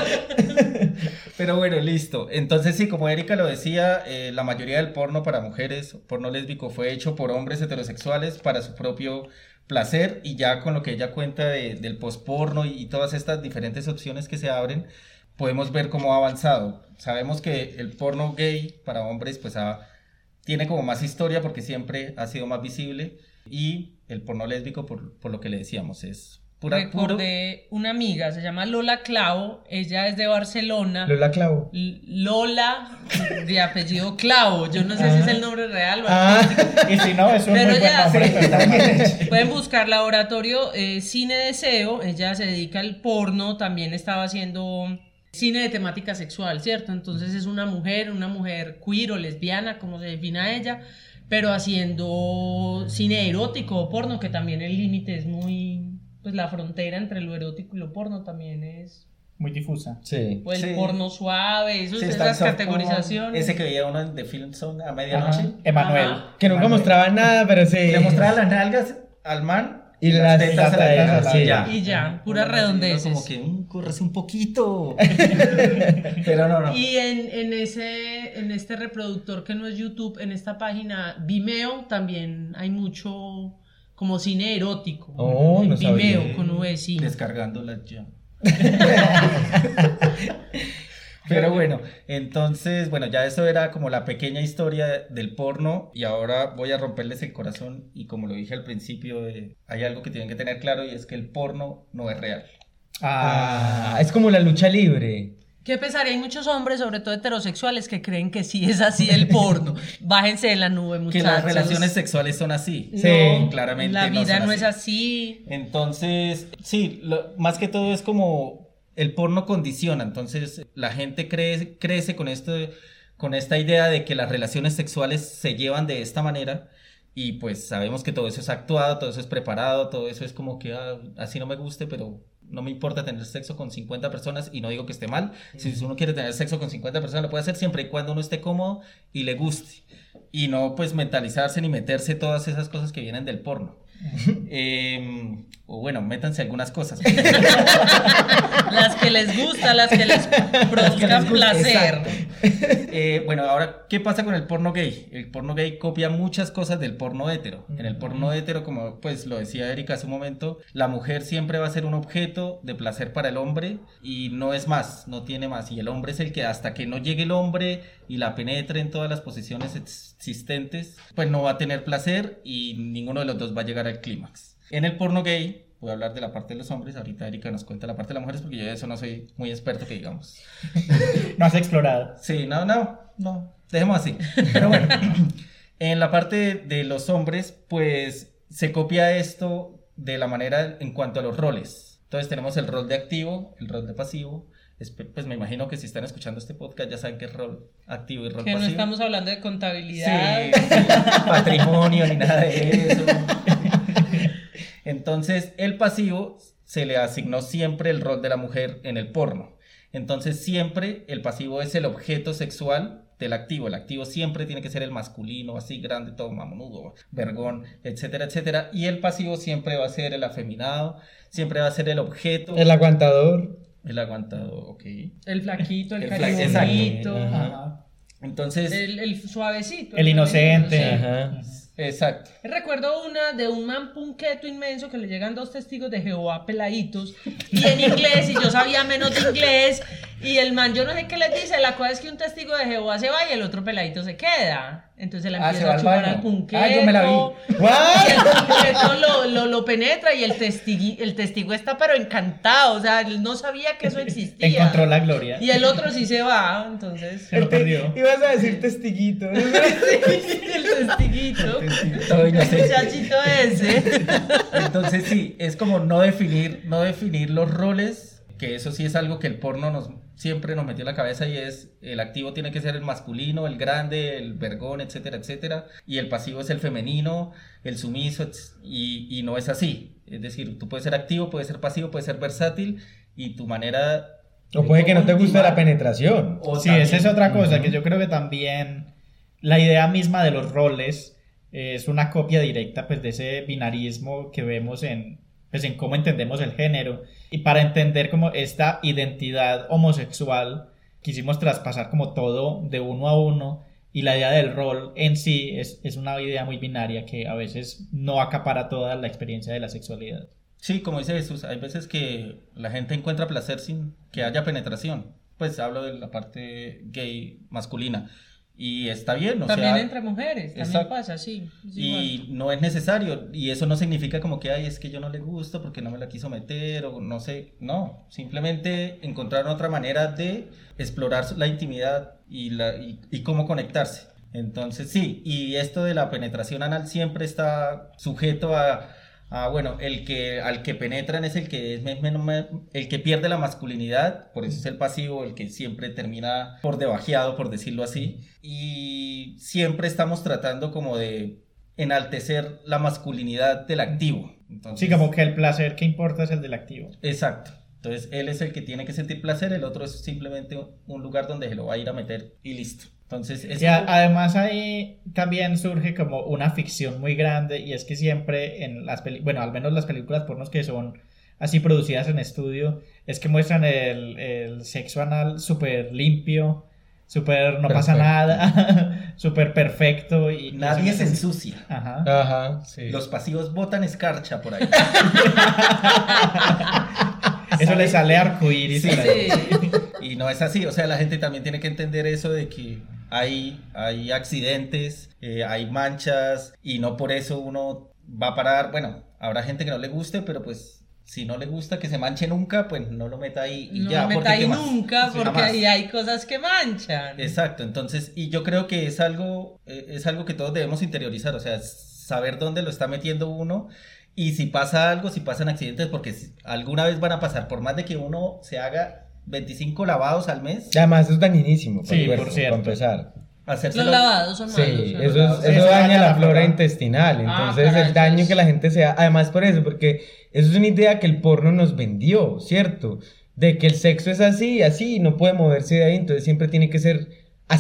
[SPEAKER 5] Pero bueno, listo. Entonces sí, como Erika lo decía, la mayoría del porno para mujeres, porno lésbico, fue hecho por hombres heterosexuales para su propio placer, y ya con lo que ella cuenta del posporno y todas estas diferentes opciones que se abren, podemos ver cómo ha avanzado. Sabemos que el porno gay para hombres pues tiene como más historia porque siempre ha sido más visible, y el porno lésbico, por lo que le decíamos, es puro.
[SPEAKER 1] Recordé una amiga, se llama Lola Clavo, ella es de Barcelona.
[SPEAKER 3] Lola Clavo.
[SPEAKER 1] Lola, de apellido Clavo, yo no sé si es el nombre real o
[SPEAKER 4] Y si no, es un
[SPEAKER 1] Pero
[SPEAKER 4] muy buen
[SPEAKER 1] ya,
[SPEAKER 4] nombre.
[SPEAKER 1] sí.
[SPEAKER 4] pero está bien hecho.
[SPEAKER 1] Pueden buscar laboratorio Cine Deseo, ella se dedica al porno, también estaba haciendo cine de temática sexual, ¿cierto? Entonces es una mujer queer o lesbiana, como se defina ella, pero haciendo cine erótico o porno, que también el límite es muy, pues la frontera entre lo erótico y lo porno también es,
[SPEAKER 4] Muy difusa.
[SPEAKER 3] Sí.
[SPEAKER 1] o el
[SPEAKER 5] Sí.
[SPEAKER 1] porno suave,
[SPEAKER 5] Sí,
[SPEAKER 1] esas
[SPEAKER 5] está el soft
[SPEAKER 1] categorizaciones.
[SPEAKER 5] porn, ese que veía uno en The Film Zone a medianoche.
[SPEAKER 4] Ajá. Emanuel.
[SPEAKER 1] Ajá.
[SPEAKER 3] Que nunca mostraba nada, pero sí.
[SPEAKER 5] Le mostraba las nalgas al man
[SPEAKER 3] Y las tetas
[SPEAKER 5] a la
[SPEAKER 3] a
[SPEAKER 5] nalga,
[SPEAKER 3] ella, sí.
[SPEAKER 1] Y ya, puras
[SPEAKER 5] Uno
[SPEAKER 1] redondeces.
[SPEAKER 5] como que corres un poquito. Pero no.
[SPEAKER 1] Y en este reproductor que no es YouTube, en esta página Vimeo también hay mucho como cine erótico.
[SPEAKER 3] Oh,
[SPEAKER 1] en
[SPEAKER 3] no
[SPEAKER 1] Vimeo
[SPEAKER 3] sabía.
[SPEAKER 1] con V, sí.
[SPEAKER 5] Descargándolas ya. Pero bueno, entonces, bueno, ya eso era como la pequeña historia del porno, y ahora voy a romperles el corazón, y como lo dije al principio, hay algo que tienen que tener claro, y es que el porno no es real.
[SPEAKER 3] Es como la lucha libre.
[SPEAKER 1] ¿Qué pensaría? Hay muchos hombres, sobre todo heterosexuales, que creen que sí es así el porno. Bájense de la nube,
[SPEAKER 5] Que
[SPEAKER 1] muchachos.
[SPEAKER 5] las relaciones sexuales son así.
[SPEAKER 3] Sí,
[SPEAKER 1] No,
[SPEAKER 5] claramente
[SPEAKER 1] la
[SPEAKER 5] no
[SPEAKER 1] vida
[SPEAKER 5] son
[SPEAKER 1] no
[SPEAKER 5] así.
[SPEAKER 1] es así.
[SPEAKER 5] Entonces, sí, más que todo es como el porno condiciona, entonces la gente crece con esta idea de que las relaciones sexuales se llevan de esta manera, y pues sabemos que todo eso es actuado, todo eso es preparado, todo eso es como que así no me guste, pero no me importa tener sexo con 50 personas, y no digo que esté mal. Si uno quiere tener sexo con 50 personas lo puede hacer siempre y cuando uno esté cómodo y le guste, y no pues mentalizarse ni meterse todas esas cosas que vienen del porno. O bueno, métanse algunas cosas.
[SPEAKER 1] Las que les gusta, las que les produzcan placer.
[SPEAKER 5] Bueno, ahora, ¿qué pasa con el porno gay? El porno gay copia muchas cosas del porno hétero. En el porno hétero, como pues lo decía Erika hace un momento, la mujer siempre va a ser un objeto de placer para el hombre y no es más, no tiene más. Y el hombre es el que hasta que no llegue el hombre y la penetre en todas las posiciones existentes, pues no va a tener placer y ninguno de los dos va a llegar al clímax. En el porno gay, voy a hablar de la parte de los hombres, ahorita Erika nos cuenta la parte de las mujeres porque yo de eso no soy muy experto que digamos.
[SPEAKER 4] No has explorado.
[SPEAKER 5] Sí, no, dejemos así. Pero bueno, en la parte de los hombres, pues se copia esto de la manera en cuanto a los roles. Entonces tenemos el rol de activo, el rol de pasivo. Pues me imagino que si están escuchando este podcast ya saben qué es rol activo y rol
[SPEAKER 1] Que
[SPEAKER 5] pasivo.
[SPEAKER 1] no estamos hablando de contabilidad.
[SPEAKER 5] Sí, patrimonio ni nada de eso. Entonces, el pasivo se le asignó siempre el rol de la mujer en el porno. Entonces, siempre el pasivo es el objeto sexual del activo. El activo siempre tiene que ser el masculino, así grande, todo mamonudo, vergón, etcétera, etcétera. Y el pasivo siempre va a ser el afeminado, siempre va a ser el objeto.
[SPEAKER 3] El aguantador.
[SPEAKER 5] El aguantador, ok.
[SPEAKER 1] El flaquito, el
[SPEAKER 5] Exacto.
[SPEAKER 1] cariñosito,
[SPEAKER 4] Ajá.
[SPEAKER 5] Entonces,
[SPEAKER 1] el suavecito.
[SPEAKER 4] El inocente.
[SPEAKER 1] Sí.
[SPEAKER 3] Ajá.
[SPEAKER 5] exacto.
[SPEAKER 1] Recuerdo una de un man punqueto inmenso que le llegan 2 testigos de Jehová peladitos y en inglés, y yo sabía menos de inglés, y el man, yo no sé qué les dice, la cosa es que un testigo de Jehová se va y el otro peladito se queda. Entonces la
[SPEAKER 5] se
[SPEAKER 1] empieza
[SPEAKER 5] va
[SPEAKER 1] a
[SPEAKER 5] al
[SPEAKER 1] chupar
[SPEAKER 5] baño.
[SPEAKER 1] al punqueto.
[SPEAKER 5] Yo me la vi.
[SPEAKER 1] Y el punqueto lo penetra y el testigo está pero encantado, o sea, él no sabía que eso existía.
[SPEAKER 4] Encontró la gloria.
[SPEAKER 1] Y el otro sí se va, entonces...
[SPEAKER 4] Se lo perdió.
[SPEAKER 3] Ibas a decir testiguito.
[SPEAKER 1] el testiguito.
[SPEAKER 5] Todo
[SPEAKER 1] El
[SPEAKER 5] inocente.
[SPEAKER 1] muchachito ese.
[SPEAKER 5] Entonces sí, es como no definir los roles, que eso sí es algo que el porno siempre nos metió en la cabeza y es el activo tiene que ser el masculino, el grande, el vergón, etcétera, etcétera, y el pasivo es el femenino, el sumiso, y no es así. Es decir, tú puedes ser activo, puedes ser pasivo, puedes ser versátil y tu manera...
[SPEAKER 3] O puede que no te guste la penetración.
[SPEAKER 5] O
[SPEAKER 4] Sí,
[SPEAKER 5] también-
[SPEAKER 4] esa es otra cosa, que yo creo que también la idea misma de los roles es una copia directa pues de ese binarismo que vemos en cómo entendemos el género, y para entender como esta identidad homosexual quisimos traspasar como todo de uno a uno, y la idea del rol en sí es una idea muy binaria que a veces no acapara toda la experiencia de la sexualidad.
[SPEAKER 5] Sí, como dice Jesús, hay veces que la gente encuentra placer sin que haya penetración. Pues hablo de la parte gay masculina. Y está bien, o
[SPEAKER 1] También
[SPEAKER 5] sea...
[SPEAKER 1] entre mujeres, también
[SPEAKER 5] exacto.
[SPEAKER 1] pasa, sí. es
[SPEAKER 5] Y
[SPEAKER 1] igual.
[SPEAKER 5] no es necesario, y eso no significa como que, ay, es que yo no le gusto porque no me la quiso meter, o no sé, no, simplemente encontrar otra manera de explorar la intimidad y cómo conectarse. Entonces sí, y esto de la penetración anal siempre está sujeto a bueno, al que penetran es el que el que pierde la masculinidad, por eso es el pasivo, el que siempre termina por debajeado, por decirlo así, y siempre estamos tratando como de enaltecer la masculinidad del activo. Entonces,
[SPEAKER 4] Sí, como que el placer que importa es el del activo.
[SPEAKER 5] exacto. Entonces él es el que tiene que sentir placer, el otro es simplemente un lugar donde se lo va a ir a meter y listo. Entonces
[SPEAKER 4] Y además ahí también surge como una ficción muy grande, y es que siempre en las bueno, al menos las películas pornos que son así producidas en estudio, es que muestran el sexo anal súper limpio, súper no pasa
[SPEAKER 3] Perfecto.
[SPEAKER 4] nada, súper perfecto, y
[SPEAKER 5] nadie
[SPEAKER 4] eso
[SPEAKER 5] se
[SPEAKER 4] es-
[SPEAKER 5] ensucia.
[SPEAKER 4] Ajá.
[SPEAKER 3] Ajá, sí.
[SPEAKER 5] Los pasivos botan escarcha por ahí.
[SPEAKER 4] Eso le sale arcoíris.
[SPEAKER 5] Sí.
[SPEAKER 4] por ahí.
[SPEAKER 1] Sí.
[SPEAKER 5] Y no es así, o sea, la gente también tiene que entender eso de que hay accidentes, hay manchas, y no por eso uno va a parar. Bueno, habrá gente que no le guste, pero pues si no le gusta que se manche nunca, pues no lo meta ahí y
[SPEAKER 1] No
[SPEAKER 5] ya.
[SPEAKER 1] lo
[SPEAKER 5] porque
[SPEAKER 1] meta ahí
[SPEAKER 5] ¿qué más?
[SPEAKER 1] nunca,
[SPEAKER 5] Sí,
[SPEAKER 1] porque
[SPEAKER 5] jamás.
[SPEAKER 1] ahí hay cosas que manchan.
[SPEAKER 5] Exacto, entonces, y yo creo que es algo que todos debemos interiorizar, o sea, saber dónde lo está metiendo uno. Y si pasa algo, si pasan accidentes, porque alguna vez van a pasar, por más de que uno se haga 25 lavados al mes,
[SPEAKER 3] Además es dañinísimo para
[SPEAKER 4] Sí,
[SPEAKER 3] el cuerpo,
[SPEAKER 4] por cierto.
[SPEAKER 3] para empezar.
[SPEAKER 5] hacérselo.
[SPEAKER 1] Los lavados son
[SPEAKER 3] Sí,
[SPEAKER 1] malos.
[SPEAKER 3] eso
[SPEAKER 4] Eso
[SPEAKER 3] daña
[SPEAKER 4] daña
[SPEAKER 3] la
[SPEAKER 4] la
[SPEAKER 3] flora
[SPEAKER 4] flora
[SPEAKER 3] intestinal. Entonces,
[SPEAKER 1] caray,
[SPEAKER 3] el daño
[SPEAKER 1] entonces-
[SPEAKER 3] que la gente se da, además por eso, porque eso es una idea que el porno nos vendió, ¿cierto? De que el sexo es así, así, y no puede moverse de ahí, entonces siempre tiene que ser así.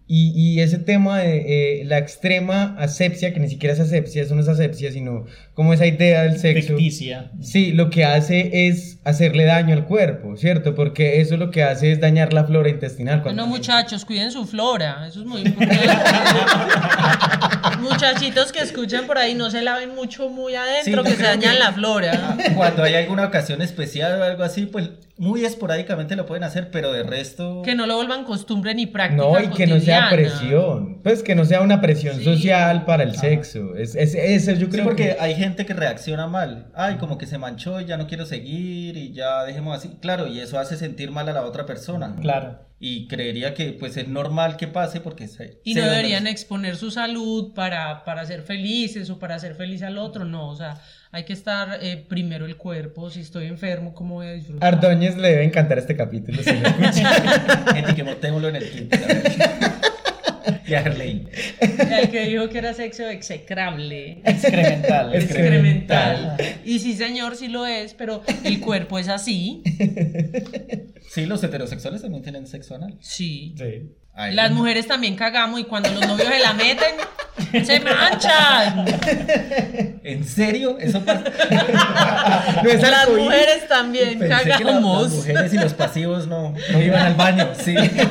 [SPEAKER 3] Y ese tema de la extrema asepsia, que ni siquiera es asepsia, eso no es asepsia, sino como esa idea del sexo.
[SPEAKER 4] Ficticia.
[SPEAKER 3] Sí, lo que hace es hacerle daño al cuerpo, ¿cierto? Porque eso lo que hace es dañar la flora intestinal.
[SPEAKER 1] Bueno, muchachos, cuiden su flora, eso es muy importante. Muchachitos que escuchan por ahí, no se laven mucho muy adentro,
[SPEAKER 5] Sí,
[SPEAKER 1] que se
[SPEAKER 5] creo
[SPEAKER 1] dañan
[SPEAKER 5] que-
[SPEAKER 1] la flora.
[SPEAKER 5] Cuando hay alguna ocasión especial o algo así, pues muy esporádicamente lo pueden hacer, pero de resto...
[SPEAKER 1] Que no lo vuelvan costumbre ni práctica
[SPEAKER 3] No, y que no sea
[SPEAKER 1] cotidiana.
[SPEAKER 3] presión, pues que no sea una presión
[SPEAKER 1] Sí.
[SPEAKER 3] social para el sexo. Eso yo
[SPEAKER 5] Sí,
[SPEAKER 3] creo
[SPEAKER 5] porque
[SPEAKER 3] que...
[SPEAKER 5] hay gente que reacciona mal. Ay, como que se manchó y ya no quiero seguir y ya dejemos así. Claro, y eso hace sentir mal a la otra persona.
[SPEAKER 4] Claro.
[SPEAKER 5] Y creería que pues es normal que pase porque
[SPEAKER 1] Y no deberían exponer su salud para ser felices o para hacer feliz al otro, no, o sea, hay que estar primero el cuerpo, si estoy enfermo, ¿cómo voy a disfrutar?
[SPEAKER 3] Ardóñez le debe encantar este capítulo, si lo escucha.
[SPEAKER 5] Etiquetémoslo en el Twitter. Y a Arlene.
[SPEAKER 1] El que dijo que era sexo execrable.
[SPEAKER 4] Excremental.
[SPEAKER 1] Excremental. Y sí, señor, sí lo es, pero el cuerpo es así.
[SPEAKER 5] Sí, los heterosexuales también tienen sexo anal.
[SPEAKER 1] Sí.
[SPEAKER 3] Sí.
[SPEAKER 5] Ay,
[SPEAKER 1] Las mujeres también cagamos y cuando los novios se la meten, se manchan.
[SPEAKER 5] ¿En serio? Eso pasa.
[SPEAKER 3] No es
[SPEAKER 1] Las
[SPEAKER 3] arcoíris.
[SPEAKER 1] mujeres también
[SPEAKER 5] Pensé que las
[SPEAKER 1] cagamos.
[SPEAKER 5] mujeres y los pasivos no iban al baño, sí.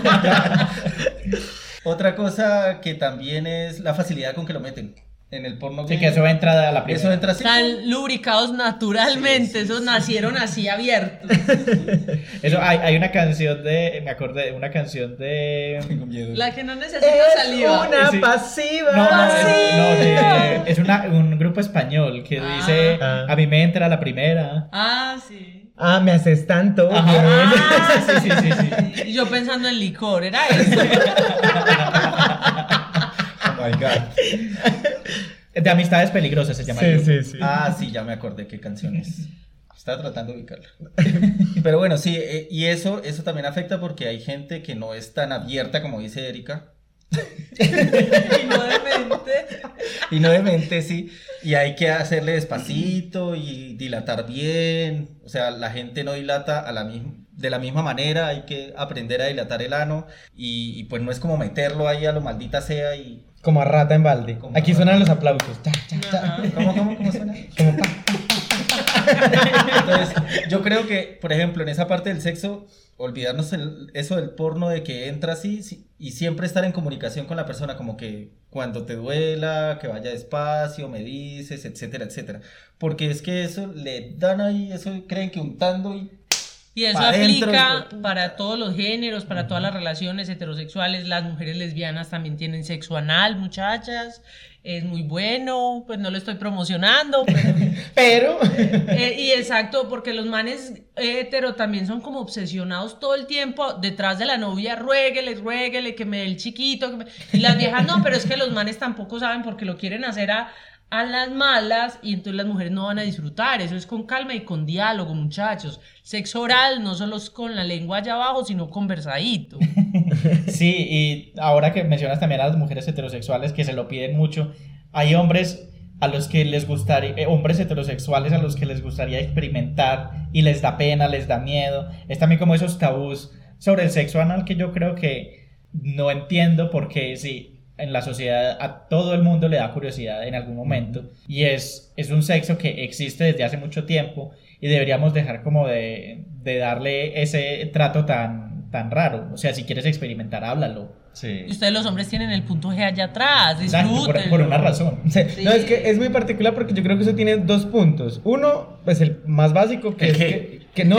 [SPEAKER 5] Otra cosa que también es la facilidad con que lo meten en el porno.
[SPEAKER 4] Sí, que eso entra a la primera.
[SPEAKER 5] Eso entra así.
[SPEAKER 1] Están lubricados naturalmente,
[SPEAKER 5] Sí, sí,
[SPEAKER 1] esos
[SPEAKER 5] sí.
[SPEAKER 1] nacieron así abiertos.
[SPEAKER 4] Eso, hay una canción de... Me acordé de una canción de...
[SPEAKER 5] Tengo miedo.
[SPEAKER 1] La que no necesita
[SPEAKER 3] Es
[SPEAKER 1] saliva.
[SPEAKER 3] una
[SPEAKER 4] Sí.
[SPEAKER 3] pasiva.
[SPEAKER 4] Es un grupo español que dice...
[SPEAKER 3] Ah.
[SPEAKER 4] A mí me entra la primera.
[SPEAKER 1] Ah, sí.
[SPEAKER 3] Ah, me haces tanto.
[SPEAKER 4] Ajá. Sí, sí, sí, sí.
[SPEAKER 1] Y yo pensando en licor, era eso.
[SPEAKER 5] Oh my God.
[SPEAKER 4] De Amistades Peligrosas se llama. el
[SPEAKER 3] Sí,
[SPEAKER 4] grupo.
[SPEAKER 3] sí, sí.
[SPEAKER 5] Ah, sí, ya me acordé qué canción es. Estaba tratando de ubicarla. Pero bueno, sí, y eso también afecta porque hay gente que no es tan abierta como dice Erika.
[SPEAKER 1] Y no de mente.
[SPEAKER 5] Y no de mente, sí. Y hay que hacerle despacito y dilatar bien. O sea, la gente no dilata de la misma manera. Hay que aprender a dilatar el ano. Y pues no es como meterlo ahí a lo maldita sea y...
[SPEAKER 3] Como a rata en balde.
[SPEAKER 5] Como
[SPEAKER 3] Aquí
[SPEAKER 5] a
[SPEAKER 3] suenan
[SPEAKER 5] rata.
[SPEAKER 3] los aplausos. Ta, ta, ta.
[SPEAKER 1] Ajá.
[SPEAKER 5] ¿Cómo suena?
[SPEAKER 3] Como pa.
[SPEAKER 5] Entonces, yo creo que, por ejemplo, en esa parte del sexo, olvidarnos eso del porno de que entra así y siempre estar en comunicación con la persona, como que cuando te duela, que vaya despacio, me dices, etcétera, etcétera. Porque es que eso le dan ahí, eso creen que untando
[SPEAKER 1] Y eso
[SPEAKER 5] Pa' adentro,
[SPEAKER 1] aplica
[SPEAKER 5] hijo de puta.
[SPEAKER 1] para todos los géneros, para todas las relaciones heterosexuales. Las mujeres lesbianas también tienen sexo anal, muchachas. Es muy bueno, pues no lo estoy promocionando, pero...
[SPEAKER 3] Pero.
[SPEAKER 1] Y exacto, porque los manes hetero también son como obsesionados todo el tiempo detrás de la novia, ruéguele, que me dé el chiquito. Y las viejas no, pero es que los manes tampoco saben porque lo quieren hacer a las malas y entonces las mujeres no van a disfrutar. Eso es con calma y con diálogo, muchachos. Sexo oral no solo es con la lengua allá abajo, sino conversadito.
[SPEAKER 4] Sí, y ahora que mencionas también a las mujeres heterosexuales que se lo piden mucho, hay hombres a los que les gustaría, hombres heterosexuales a los que les gustaría experimentar y les da pena, les da miedo. Es también como esos tabús sobre el sexo anal que yo creo que no entiendo porque sí, en la sociedad a todo el mundo le da curiosidad en algún momento y es un sexo que existe desde hace mucho tiempo y deberíamos dejar como de darle ese trato tan raro. O sea, si quieres experimentar, háblalo.
[SPEAKER 3] Sí.
[SPEAKER 1] Y ustedes los hombres tienen el punto G allá atrás,
[SPEAKER 4] Exacto,
[SPEAKER 1] disfrútenlo.
[SPEAKER 4] por una razón.
[SPEAKER 3] Sí. No, es que es muy particular porque yo creo que eso tiene dos puntos. Uno, pues el más básico, que
[SPEAKER 5] ¿El
[SPEAKER 3] es
[SPEAKER 5] qué?
[SPEAKER 3] que no.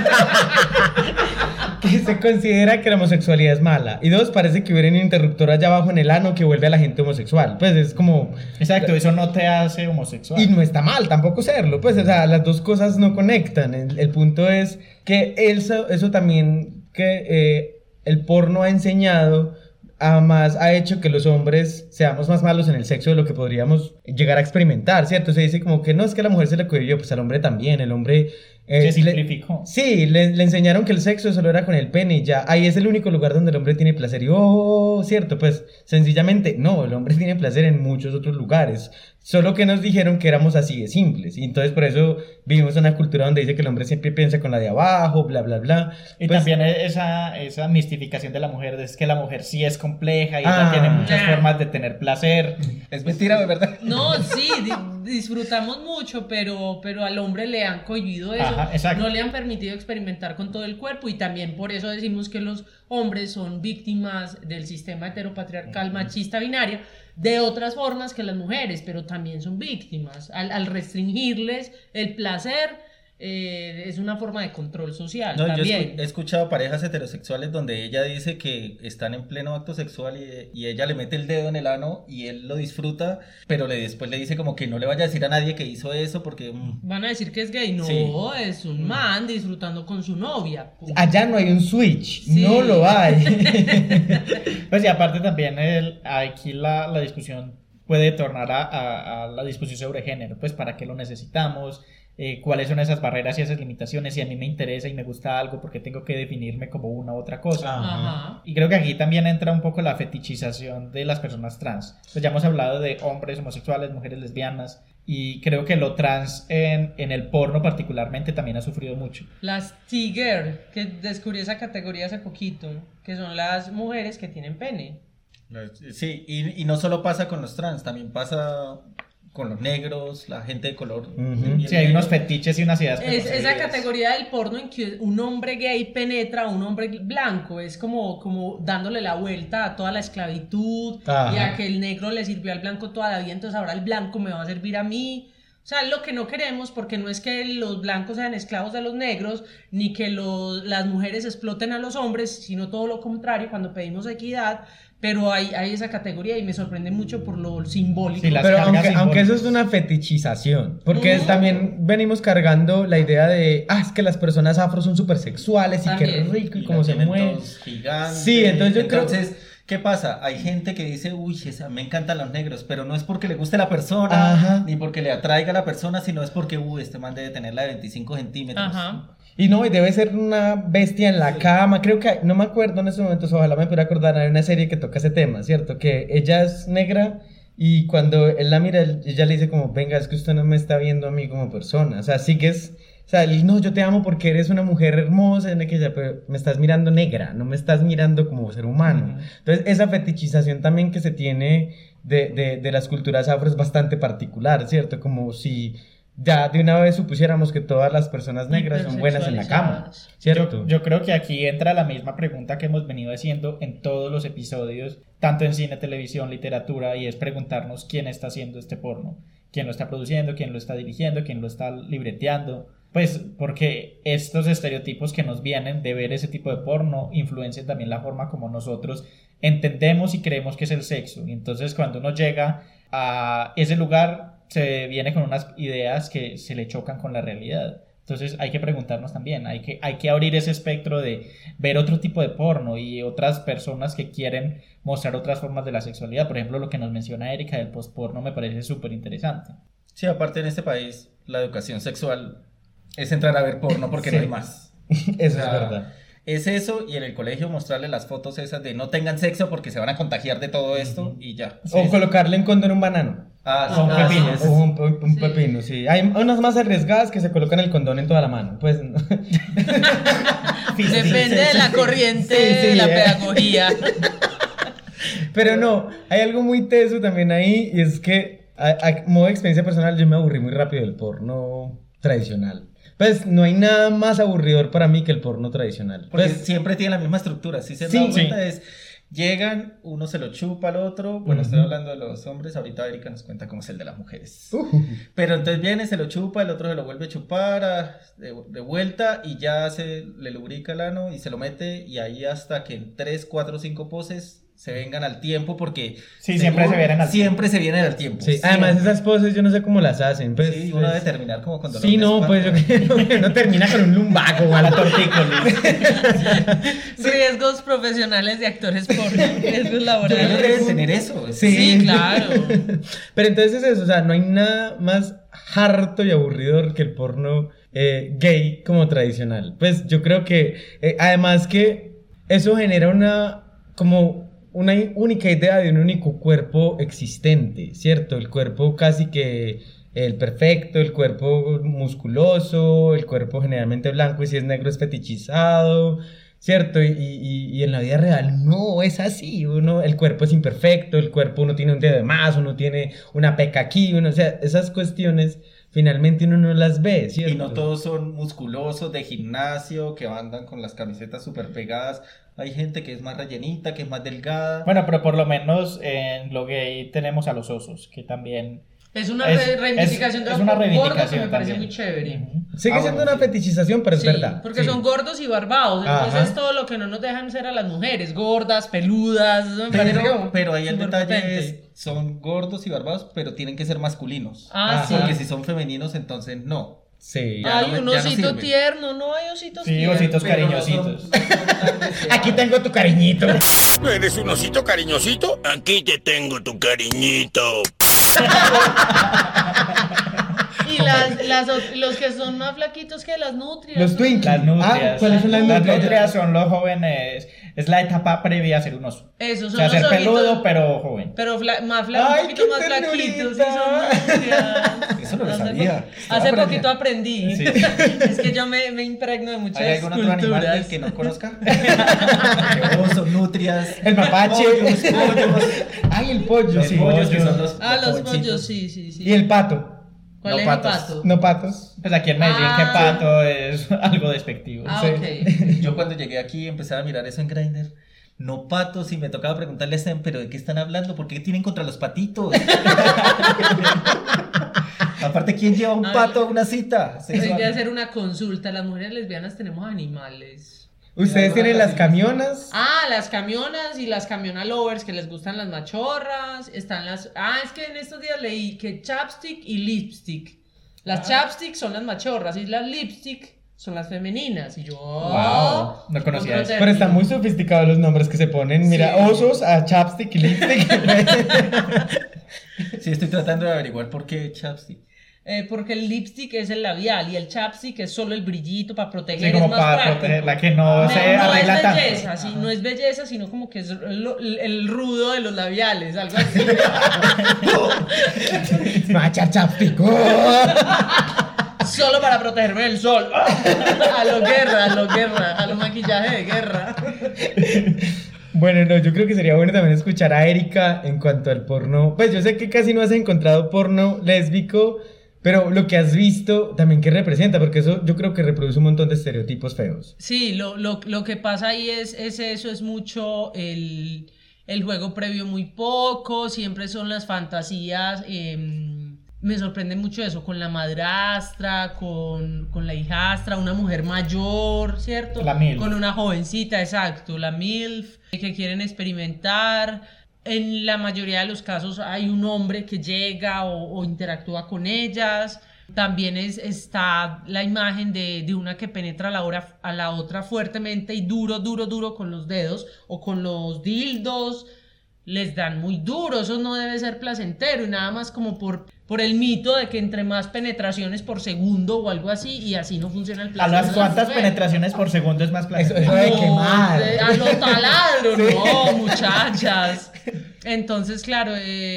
[SPEAKER 3] Que se considera que la homosexualidad es mala. Y dos, parece que hubiera un interruptor allá abajo en el ano que vuelve a la gente homosexual. Pues es como.
[SPEAKER 4] Exacto, eso no te hace homosexual.
[SPEAKER 3] Y no está mal tampoco serlo. Pues, o sea, las dos cosas no conectan. El punto es que eso también que el porno ha enseñado. Además ha hecho que los hombres seamos más malos en el sexo de lo que podríamos llegar a experimentar, ¿cierto? Se dice como que no, es que a la mujer se le cohibió, pues al hombre también, el hombre
[SPEAKER 4] Se simplificó.
[SPEAKER 3] Sí, le enseñaron que el sexo solo era con el pene y ya. Ahí es el único lugar donde el hombre tiene placer. Y cierto, pues sencillamente no, el hombre tiene placer en muchos otros lugares. Solo que nos dijeron que éramos así de simples. Y entonces por eso vivimos en una cultura donde dice que el hombre siempre piensa con la de abajo, bla, bla, bla.
[SPEAKER 4] Y
[SPEAKER 3] pues,
[SPEAKER 4] también esa mistificación de la mujer, es que la mujer sí es compleja y ella tiene muchas formas de tener placer.
[SPEAKER 5] Es mentira, ¿verdad?
[SPEAKER 1] No, sí, disfrutamos mucho, pero al hombre le han cohibido eso.
[SPEAKER 4] Ajá, exacto.
[SPEAKER 1] No le han permitido experimentar con todo el cuerpo y también por eso decimos que los hombres son víctimas del sistema heteropatriarcal machista binaria de otras formas que las mujeres, pero también son víctimas. Al restringirles el placer, es una forma de control social.
[SPEAKER 5] No,
[SPEAKER 1] también.
[SPEAKER 5] yo he escuchado parejas heterosexuales donde ella dice que están en pleno acto sexual y ella le mete el dedo en el ano y él lo disfruta, pero después le dice como que no le vaya a decir a nadie que hizo eso porque...
[SPEAKER 1] Van a decir que es gay. No,
[SPEAKER 5] Sí.
[SPEAKER 1] es un man disfrutando con su novia.
[SPEAKER 3] allá no hay un switch,
[SPEAKER 1] Sí.
[SPEAKER 3] no lo hay.
[SPEAKER 4] Pues y aparte también aquí la discusión puede tornar a la discusión sobre género, pues para qué lo necesitamos, cuáles son esas barreras y esas limitaciones, si a mí me interesa y me gusta algo, porque tengo que definirme como una u otra cosa.
[SPEAKER 1] Ajá.
[SPEAKER 4] Y creo que aquí también entra un poco la fetichización de las personas trans. Pues ya hemos hablado de hombres homosexuales, mujeres lesbianas, y creo que lo trans en el porno particularmente también ha sufrido mucho.
[SPEAKER 1] Las T-Girl, que descubrí esa categoría hace poquito, que son las mujeres que tienen pene.
[SPEAKER 5] Sí, y no solo pasa con los trans, también pasa con los negros, la gente de color.
[SPEAKER 3] Ujú.
[SPEAKER 4] Sí, hay unos fetiches y unas ideas
[SPEAKER 1] Es esa
[SPEAKER 4] preconcebidas.
[SPEAKER 1] categoría del porno en que un hombre gay penetra a un hombre blanco, es como dándole la vuelta a toda la esclavitud
[SPEAKER 3] Ajá.
[SPEAKER 1] y a que el negro le sirvió al blanco toda la vida, entonces ahora el blanco me va a servir a mí. O sea, lo que no queremos, porque no es que los blancos sean esclavos de los negros, ni que las mujeres exploten a los hombres, sino todo lo contrario, cuando pedimos equidad, pero hay esa categoría y me sorprende mucho por lo simbólico.
[SPEAKER 4] Sí, las
[SPEAKER 3] Pero
[SPEAKER 4] cargas
[SPEAKER 3] aunque eso
[SPEAKER 4] simbólicas.
[SPEAKER 3] es una fetichización, porque
[SPEAKER 1] Ujú.
[SPEAKER 3] también venimos cargando la idea de, es que las personas afro son súper sexuales y qué
[SPEAKER 1] También.
[SPEAKER 3] rico y
[SPEAKER 5] Y
[SPEAKER 3] cómo
[SPEAKER 5] los
[SPEAKER 3] se
[SPEAKER 5] tienen
[SPEAKER 3] mueven.
[SPEAKER 5] todos gigantes.
[SPEAKER 3] Sí, entonces yo creo-
[SPEAKER 5] ¿qué pasa? Hay gente que dice, me encantan los negros, pero no es porque le guste la persona,
[SPEAKER 3] Ajá.
[SPEAKER 5] ni porque le atraiga a la persona, sino es porque, este man debe tener la de 25 centímetros.
[SPEAKER 1] Ajá.
[SPEAKER 3] Y no, y debe ser una bestia en la cama. Creo que, no me acuerdo en estos momentos, ojalá me pudiera acordar, hay una serie que toca ese tema, ¿cierto? Que ella es negra y cuando él la mira, ella le dice como, venga, es que usted no me está viendo a mí como persona. O sea, sí que es, o sea, no, yo te amo porque eres una mujer hermosa, pero me estás mirando negra, no me estás mirando como ser humano. Entonces, esa fetichización también que se tiene de las culturas afro es bastante particular, ¿cierto? Como si ya de una vez supusiéramos que todas las personas negras son buenas en la cama, ¿cierto?
[SPEAKER 4] Yo creo que aquí entra la misma pregunta que hemos venido haciendo en todos los episodios, tanto en cine, televisión, literatura, y es preguntarnos quién está haciendo este porno, quién lo está produciendo, quién lo está dirigiendo, quién lo está libreteando. Pues porque estos estereotipos que nos vienen de ver ese tipo de porno influencian también la forma como nosotros entendemos y creemos que es el sexo. Y entonces cuando uno llega a ese lugar se viene con unas ideas que se le chocan con la realidad. Entonces hay que preguntarnos también, hay que abrir ese espectro de ver otro tipo de porno y otras personas que quieren mostrar otras formas de la sexualidad. Por ejemplo, lo que nos menciona Erika del postporno me parece súper interesante.
[SPEAKER 5] Sí, aparte en este país, la educación sexual es entrar a ver porno porque
[SPEAKER 3] Sí.
[SPEAKER 5] no hay más.
[SPEAKER 3] Eso
[SPEAKER 5] O sea,
[SPEAKER 3] es verdad.
[SPEAKER 5] Es eso, y en el colegio mostrarle las fotos esas de no tengan sexo porque se van a contagiar de todo esto y ya.
[SPEAKER 3] O colocarle en condón un banano.
[SPEAKER 5] Ah,
[SPEAKER 4] un pepino.
[SPEAKER 5] sí,
[SPEAKER 3] O un
[SPEAKER 1] Sí.
[SPEAKER 3] pepino, sí. Hay unas más arriesgadas que se colocan el condón en toda la mano. Pues no.
[SPEAKER 1] Depende de la corriente
[SPEAKER 3] Sí,
[SPEAKER 1] de la
[SPEAKER 3] sí,
[SPEAKER 1] pedagogía.
[SPEAKER 3] Pero no, hay algo muy teso también ahí. Y es que, a modo de experiencia personal, yo me aburrí muy rápido del porno tradicional. Pues no hay nada más aburridor para mí que el porno tradicional.
[SPEAKER 5] Porque
[SPEAKER 3] Pues,
[SPEAKER 5] siempre tiene la misma estructura. Si se
[SPEAKER 3] Sí,
[SPEAKER 5] dan cuenta,
[SPEAKER 3] sí.
[SPEAKER 5] es llegan, uno se lo chupa al otro. Bueno, estoy hablando de los hombres. Ahorita Erika nos cuenta cómo es el de las mujeres. Pero entonces viene, se lo chupa, el otro se lo vuelve a chupar de vuelta y ya se le lubrica el ano y se lo mete. Y ahí hasta que en 3, 4, 5 poses se vengan al tiempo porque
[SPEAKER 4] Sí, siempre se vienen al
[SPEAKER 5] siempre se vienen al tiempo.
[SPEAKER 3] sí. Además, esas poses yo no sé cómo las hacen. Pues,
[SPEAKER 5] Sí, uno debe terminar como con dolor
[SPEAKER 3] Sí,
[SPEAKER 5] de
[SPEAKER 3] no, pues yo
[SPEAKER 5] espalda.
[SPEAKER 3] creo que no termina con un lumbago o a la tortícolis.
[SPEAKER 1] Riesgos profesionales de actores porno. Riesgos
[SPEAKER 5] Ellos
[SPEAKER 1] laborales.
[SPEAKER 5] deben tener eso.
[SPEAKER 1] Sí, claro.
[SPEAKER 3] Pero entonces es eso, o sea, no hay nada más harto y aburridor que el porno gay como tradicional. Pues yo creo que además que eso genera una única idea de un único cuerpo existente, ¿cierto? El cuerpo casi que el perfecto, el cuerpo musculoso, el cuerpo generalmente blanco y si es negro es fetichizado, ¿cierto? Y en la vida real no es así, el cuerpo es imperfecto, el cuerpo uno tiene un dedo de más, uno tiene una peca aquí, o sea, esas cuestiones finalmente uno no las ve, ¿cierto?
[SPEAKER 5] Y no todos son musculosos de gimnasio que andan con las camisetas súper pegadas. Hay gente que es más rellenita, que es más delgada.
[SPEAKER 4] Bueno, pero por lo menos en lo gay tenemos a los osos, que también...
[SPEAKER 1] Es una reivindicación de
[SPEAKER 4] es
[SPEAKER 1] los
[SPEAKER 4] una
[SPEAKER 1] gordos que me
[SPEAKER 4] reivindicación
[SPEAKER 1] parece
[SPEAKER 4] también.
[SPEAKER 1] muy chévere.
[SPEAKER 3] Sigue siendo una fetichización, pero es
[SPEAKER 1] Sí,
[SPEAKER 3] verdad.
[SPEAKER 1] porque
[SPEAKER 3] Sí.
[SPEAKER 1] son gordos y barbados, entonces
[SPEAKER 3] Ajá.
[SPEAKER 1] todo lo que no nos dejan ser a las mujeres, gordas, peludas, eso me parece
[SPEAKER 5] Pero ahí el
[SPEAKER 1] súper
[SPEAKER 5] detalle
[SPEAKER 1] potente.
[SPEAKER 5] es, son gordos y barbados, pero tienen que ser masculinos.
[SPEAKER 1] Ah,
[SPEAKER 3] Ajá.
[SPEAKER 1] sí.
[SPEAKER 5] Porque si son femeninos, entonces no.
[SPEAKER 3] Sí.
[SPEAKER 5] Ya
[SPEAKER 1] Hay
[SPEAKER 5] no me-
[SPEAKER 1] un
[SPEAKER 5] ya no
[SPEAKER 1] osito
[SPEAKER 5] sirve.
[SPEAKER 1] tierno, no hay ositos
[SPEAKER 4] Sí,
[SPEAKER 1] tiernos.
[SPEAKER 4] ositos
[SPEAKER 5] Pero no
[SPEAKER 4] cariñositos.
[SPEAKER 5] son tan deseados.
[SPEAKER 3] Aquí tengo tu cariñito.
[SPEAKER 6] ¿Eres un osito cariñosito? Aquí te tengo tu cariñito.
[SPEAKER 1] Y los que son más flaquitos que las nutrias.
[SPEAKER 3] Los Twinkies.
[SPEAKER 4] Las nutrias.
[SPEAKER 3] Ah, ¿cuáles son las
[SPEAKER 4] Las
[SPEAKER 3] nutrias?
[SPEAKER 4] nutrias son los jóvenes, es la etapa previa a ser un oso.
[SPEAKER 1] Esos
[SPEAKER 4] O
[SPEAKER 1] son
[SPEAKER 4] sea,
[SPEAKER 1] los
[SPEAKER 4] ser
[SPEAKER 1] ojitos,
[SPEAKER 4] peludo, pero joven.
[SPEAKER 1] pero un
[SPEAKER 3] Ay,
[SPEAKER 1] poquito
[SPEAKER 3] qué
[SPEAKER 1] más flaquitos. Sí,
[SPEAKER 3] ternurita.
[SPEAKER 1] son nutrias.
[SPEAKER 5] Eso no lo
[SPEAKER 1] Hace
[SPEAKER 5] sabía.
[SPEAKER 1] Hace poquito aprendí.
[SPEAKER 4] Sí.
[SPEAKER 1] Es que yo me impregno de muchas
[SPEAKER 5] ¿Hay algún otro animal
[SPEAKER 1] culturas.
[SPEAKER 5] del que no conozca? Osos, nutrias.
[SPEAKER 3] El mapache.
[SPEAKER 5] Pollos.
[SPEAKER 3] Ay, el pollo.
[SPEAKER 5] Los
[SPEAKER 3] Sí.
[SPEAKER 5] pollos que son los
[SPEAKER 1] Ah, los
[SPEAKER 5] jovencitos.
[SPEAKER 1] pollos, sí.
[SPEAKER 3] Y el pato.
[SPEAKER 1] ¿Cuál
[SPEAKER 5] no
[SPEAKER 1] es
[SPEAKER 5] patos.
[SPEAKER 1] el pato?
[SPEAKER 3] No patos.
[SPEAKER 4] Pues aquí en Medellín,
[SPEAKER 1] Ah.
[SPEAKER 4] que pato es algo despectivo.
[SPEAKER 1] Ah,
[SPEAKER 3] Sí.
[SPEAKER 1] ok.
[SPEAKER 5] Yo cuando llegué aquí empecé a mirar eso en Grindr. No patos y me tocaba preguntarle a Sten, pero ¿de qué están hablando? ¿Por qué tienen contra los patitos? Aparte, ¿quién lleva un
[SPEAKER 1] Ay.
[SPEAKER 5] pato a una cita?
[SPEAKER 1] Hay que
[SPEAKER 5] sexual?
[SPEAKER 1] hacer una consulta. Las mujeres lesbianas tenemos animales.
[SPEAKER 3] ¿Ustedes tienen las camionas?
[SPEAKER 1] Ah, las camionas y las camionas lovers que les gustan las machorras. Están las. Ah, es que en estos días leí que chapstick y lipstick. Las chapstick son las machorras y las lipstick son las femeninas. Y yo.
[SPEAKER 4] Wow, no conocía
[SPEAKER 1] otro
[SPEAKER 4] eso.
[SPEAKER 1] término.
[SPEAKER 3] Pero están muy sofisticados los nombres que se ponen. Mira,
[SPEAKER 1] Sí.
[SPEAKER 3] osos a chapstick y lipstick.
[SPEAKER 5] Sí, estoy tratando de averiguar por qué chapstick.
[SPEAKER 1] Porque el lipstick es el labial y el chapstick es solo el brillito para proteger.
[SPEAKER 4] Sí, como
[SPEAKER 1] es más
[SPEAKER 4] para
[SPEAKER 1] práctico.
[SPEAKER 4] protegerla, que no se arregla
[SPEAKER 1] es
[SPEAKER 4] tanto.
[SPEAKER 1] belleza, sí, no es belleza, sino como que es el rudo de los labiales, algo así.
[SPEAKER 3] Me va a echar chapstick.
[SPEAKER 1] Solo para protegerme del sol. A lo guerra, a lo maquillaje de guerra.
[SPEAKER 3] Bueno, no, yo creo que sería bueno también escuchar a Erika en cuanto al porno. Pues yo sé que casi no has encontrado porno lésbico, pero lo que has visto también que representa, porque eso yo creo que reproduce un montón de estereotipos feos.
[SPEAKER 1] Sí, lo que pasa ahí es eso, es mucho el juego previo muy poco, siempre son las fantasías. Me sorprende mucho eso, con la madrastra, con la hijastra, una mujer mayor, ¿cierto?
[SPEAKER 4] La MILF.
[SPEAKER 1] Con una jovencita, exacto, la MILF, que quieren experimentar. En la mayoría de los casos hay un hombre que llega o interactúa con ellas. También está la imagen de una que penetra a la otra fuertemente y duro con los dedos o con los dildos. Les dan muy duro, eso no debe ser placentero y nada más como por el mito de que entre más penetraciones por segundo o algo así y así no funciona el
[SPEAKER 4] ¿A
[SPEAKER 1] placer.
[SPEAKER 4] las
[SPEAKER 1] de la
[SPEAKER 4] cuántas
[SPEAKER 1] mujer.
[SPEAKER 4] penetraciones por segundo es más placentero?
[SPEAKER 3] Eso de quemar.
[SPEAKER 1] A los taladros, no, muchachas. Entonces, claro,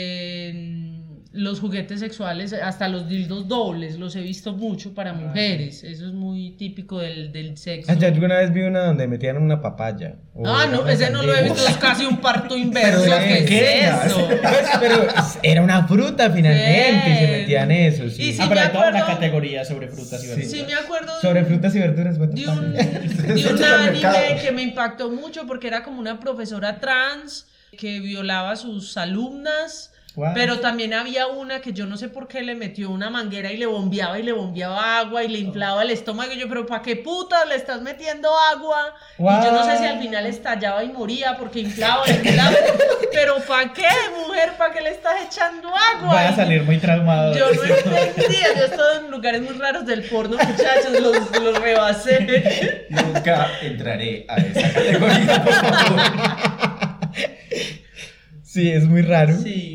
[SPEAKER 1] los juguetes sexuales, hasta los dildos dobles, los he visto mucho para mujeres. Eso es muy típico del sexo.
[SPEAKER 3] Ah, yo alguna vez vi una donde metían una papaya.
[SPEAKER 1] Ah, no, ese no lo he visto, es casi un parto inverso.
[SPEAKER 3] Pero era
[SPEAKER 1] ¿Qué
[SPEAKER 3] pequeña.
[SPEAKER 1] es eso?
[SPEAKER 3] Pues, pero era una fruta finalmente y se
[SPEAKER 1] Sí.
[SPEAKER 3] metían eso. Sí.
[SPEAKER 1] Y sí,
[SPEAKER 4] Ah, pero
[SPEAKER 1] me
[SPEAKER 4] hay toda una
[SPEAKER 1] acuerdo-
[SPEAKER 4] categoría sobre frutas y verduras.
[SPEAKER 1] Sí, me acuerdo
[SPEAKER 3] Sobre frutas y verduras. what the
[SPEAKER 1] de
[SPEAKER 3] fuck.
[SPEAKER 1] un
[SPEAKER 5] Eso es
[SPEAKER 1] anime
[SPEAKER 5] mercado.
[SPEAKER 1] que me impactó mucho porque era como una profesora trans que violaba a sus alumnas.
[SPEAKER 4] Wow.
[SPEAKER 1] Pero también había una que yo no sé por qué le metió una manguera y le bombeaba agua y le inflaba el estómago. Y yo, pero ¿para qué puta le estás metiendo agua?
[SPEAKER 3] Wow.
[SPEAKER 1] Y yo no sé si al final estallaba y moría porque inflaba. Pero ¿para qué, mujer? ¿Para qué le estás echando agua?
[SPEAKER 4] Voy a salir muy traumado.
[SPEAKER 1] Yo no entendía, yo he estado en lugares muy raros del porno, muchachos, los rebasé.
[SPEAKER 5] Nunca entraré a esa categoría, por favor.
[SPEAKER 3] Sí, es muy raro.
[SPEAKER 1] Sí.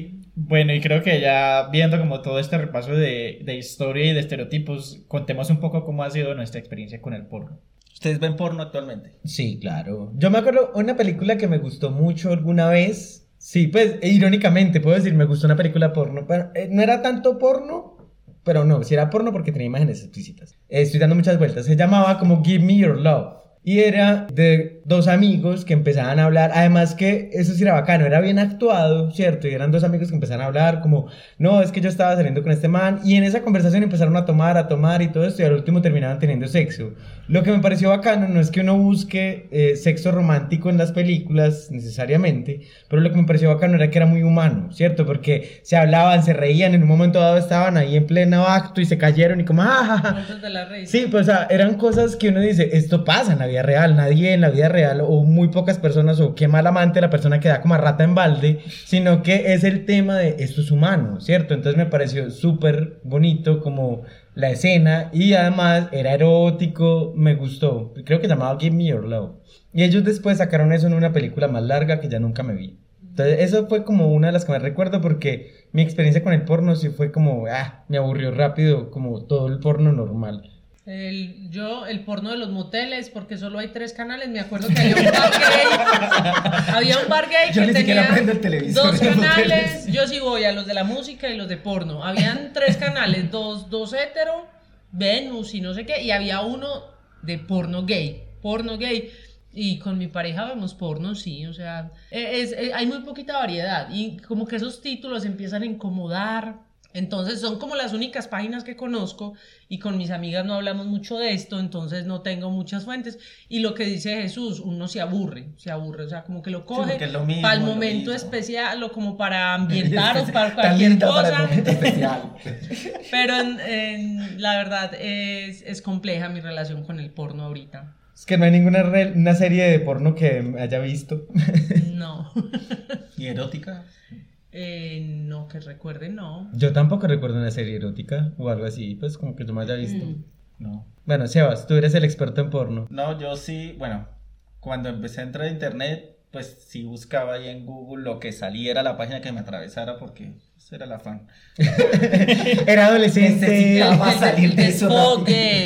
[SPEAKER 4] Bueno, y creo que ya viendo como todo este repaso de historia y de estereotipos, contemos un poco cómo ha sido nuestra experiencia con el porno.
[SPEAKER 5] ¿Ustedes ven porno actualmente?
[SPEAKER 3] Sí, claro. Yo me acuerdo una película que me gustó mucho alguna vez. Sí, pues irónicamente puedo decir, me gustó una película porno, pero no era tanto porno, pero no, sí era porno porque tenía imágenes explícitas. Estoy dando muchas vueltas. Se llamaba como Give Me Your Love. Y era de dos amigos que empezaban a hablar, además que eso sí era bacano, era bien actuado, ¿cierto? Y eran dos amigos que empezaban a hablar como, no, es que yo estaba saliendo con este man, y en esa conversación empezaron a tomar y todo esto, y al último terminaban teniendo sexo. Lo que me pareció bacano no es que uno busque sexo romántico en las películas necesariamente, pero lo que me pareció bacano era que era muy humano, ¿cierto? Porque se hablaban, se reían, en un momento dado estaban ahí en pleno acto y se cayeron y como,
[SPEAKER 1] Momentos de la risa.
[SPEAKER 3] Sí, pues o sea, eran cosas que uno dice, esto pasa en la vida real, nadie en la vida real o muy pocas personas o qué mal amante la persona que da como a rata en balde, sino que es el tema de esto es humano, ¿cierto? Entonces me pareció súper bonito como la escena y además era erótico, me gustó, creo que llamaba Give Me Your Love. Y ellos después sacaron eso en una película más larga que ya nunca me vi. Entonces eso fue como una de las que me recuerdo porque mi experiencia con el porno sí fue como, me aburrió rápido como todo el porno normal.
[SPEAKER 1] El porno de los moteles, porque solo hay 3 canales. Me acuerdo que había un bar gay. Había un bar gay
[SPEAKER 3] Yo
[SPEAKER 1] que
[SPEAKER 3] ni siquiera
[SPEAKER 1] tenía
[SPEAKER 3] prendo el televisor
[SPEAKER 1] 2
[SPEAKER 3] de
[SPEAKER 1] canales.
[SPEAKER 3] moteles.
[SPEAKER 1] Yo sí voy a los de la música y los de porno. Habían 3 canales, dos hetero, Venus y no sé qué, y había uno de porno gay. Y con mi pareja vemos porno, sí, o sea, hay muy poquita variedad y como que esos títulos empiezan a incomodar. Entonces son como las únicas páginas que conozco y con mis amigas no hablamos mucho de esto, entonces no tengo muchas fuentes. Y lo que dice Jesús, uno se aburre, o sea, como que lo coge para el momento especial o como para ambientar o para cualquier cosa.
[SPEAKER 3] Para el momento especial.
[SPEAKER 1] Pero la verdad es compleja mi relación con el porno ahorita.
[SPEAKER 3] Es que no hay ninguna una serie de porno que haya visto.
[SPEAKER 1] No.
[SPEAKER 5] ¿Y erótica?
[SPEAKER 1] No, que recuerde, no.
[SPEAKER 3] Yo tampoco recuerdo una serie erótica o algo así, pues como que yo me haya visto.
[SPEAKER 5] No.
[SPEAKER 3] Bueno, Sebas, tú eres el experto en porno.
[SPEAKER 5] No, yo sí, bueno, cuando empecé a entrar a internet, pues sí buscaba ahí en Google lo que salía era la página que me atravesara porque pues, era la fan.
[SPEAKER 3] Era adolescente.
[SPEAKER 2] Necesitaba salir de eso rápido.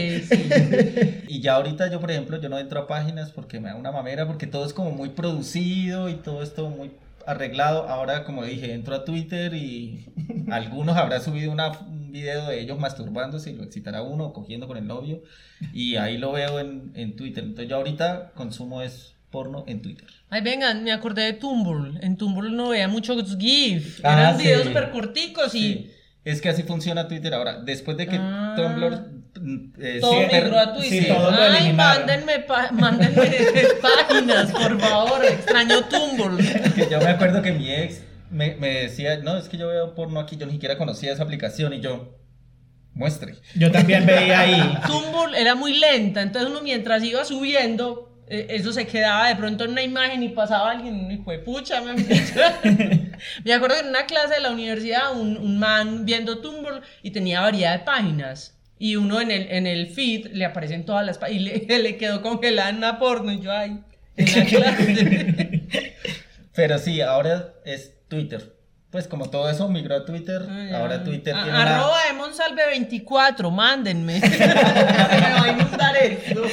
[SPEAKER 1] Sí.
[SPEAKER 5] Y ya ahorita yo, por ejemplo, yo no entro a páginas porque me da una mamera, porque todo es como muy producido y todo esto muy arreglado. Ahora, como dije, entro a Twitter y algunos habrá subido un video de ellos masturbándose y lo excitará uno o cogiendo con el novio y ahí lo veo en Twitter. Entonces yo ahorita consumo es porno en Twitter.
[SPEAKER 1] Ay, vengan, me acordé de Tumblr. En Tumblr no veía muchos GIF.
[SPEAKER 3] Ah,
[SPEAKER 1] Eran
[SPEAKER 3] sí.
[SPEAKER 1] videos súper corticos y
[SPEAKER 5] Sí. Es que así funciona Twitter ahora. Después de que Tumblr
[SPEAKER 1] todo migró a
[SPEAKER 4] sí,
[SPEAKER 1] Twitter.
[SPEAKER 4] todo lo
[SPEAKER 1] Ay,
[SPEAKER 4] eliminaron.
[SPEAKER 1] mándenme páginas, por favor. Extraño Tumblr.
[SPEAKER 5] que yo me acuerdo que mi ex me decía, no, es que yo veo porno aquí, yo ni siquiera conocía esa aplicación y yo, muestre.
[SPEAKER 4] Yo también veía ahí.
[SPEAKER 1] Tumblr era muy lenta, entonces uno mientras iba subiendo, eso se quedaba de pronto en una imagen y pasaba alguien, hijo de pucha, me acuerdo que en una clase de la universidad un man viendo Tumblr y tenía variedad de páginas y uno en el feed le aparecen todas las páginas y le quedó congelada en una porno y yo ahí en la clase.
[SPEAKER 5] Pero sí, ahora es Twitter. Pues como todo eso migró a Twitter, ahora Twitter tiene una...
[SPEAKER 1] Arroba emonsalve24, mándenme. Se me va a inundar esto.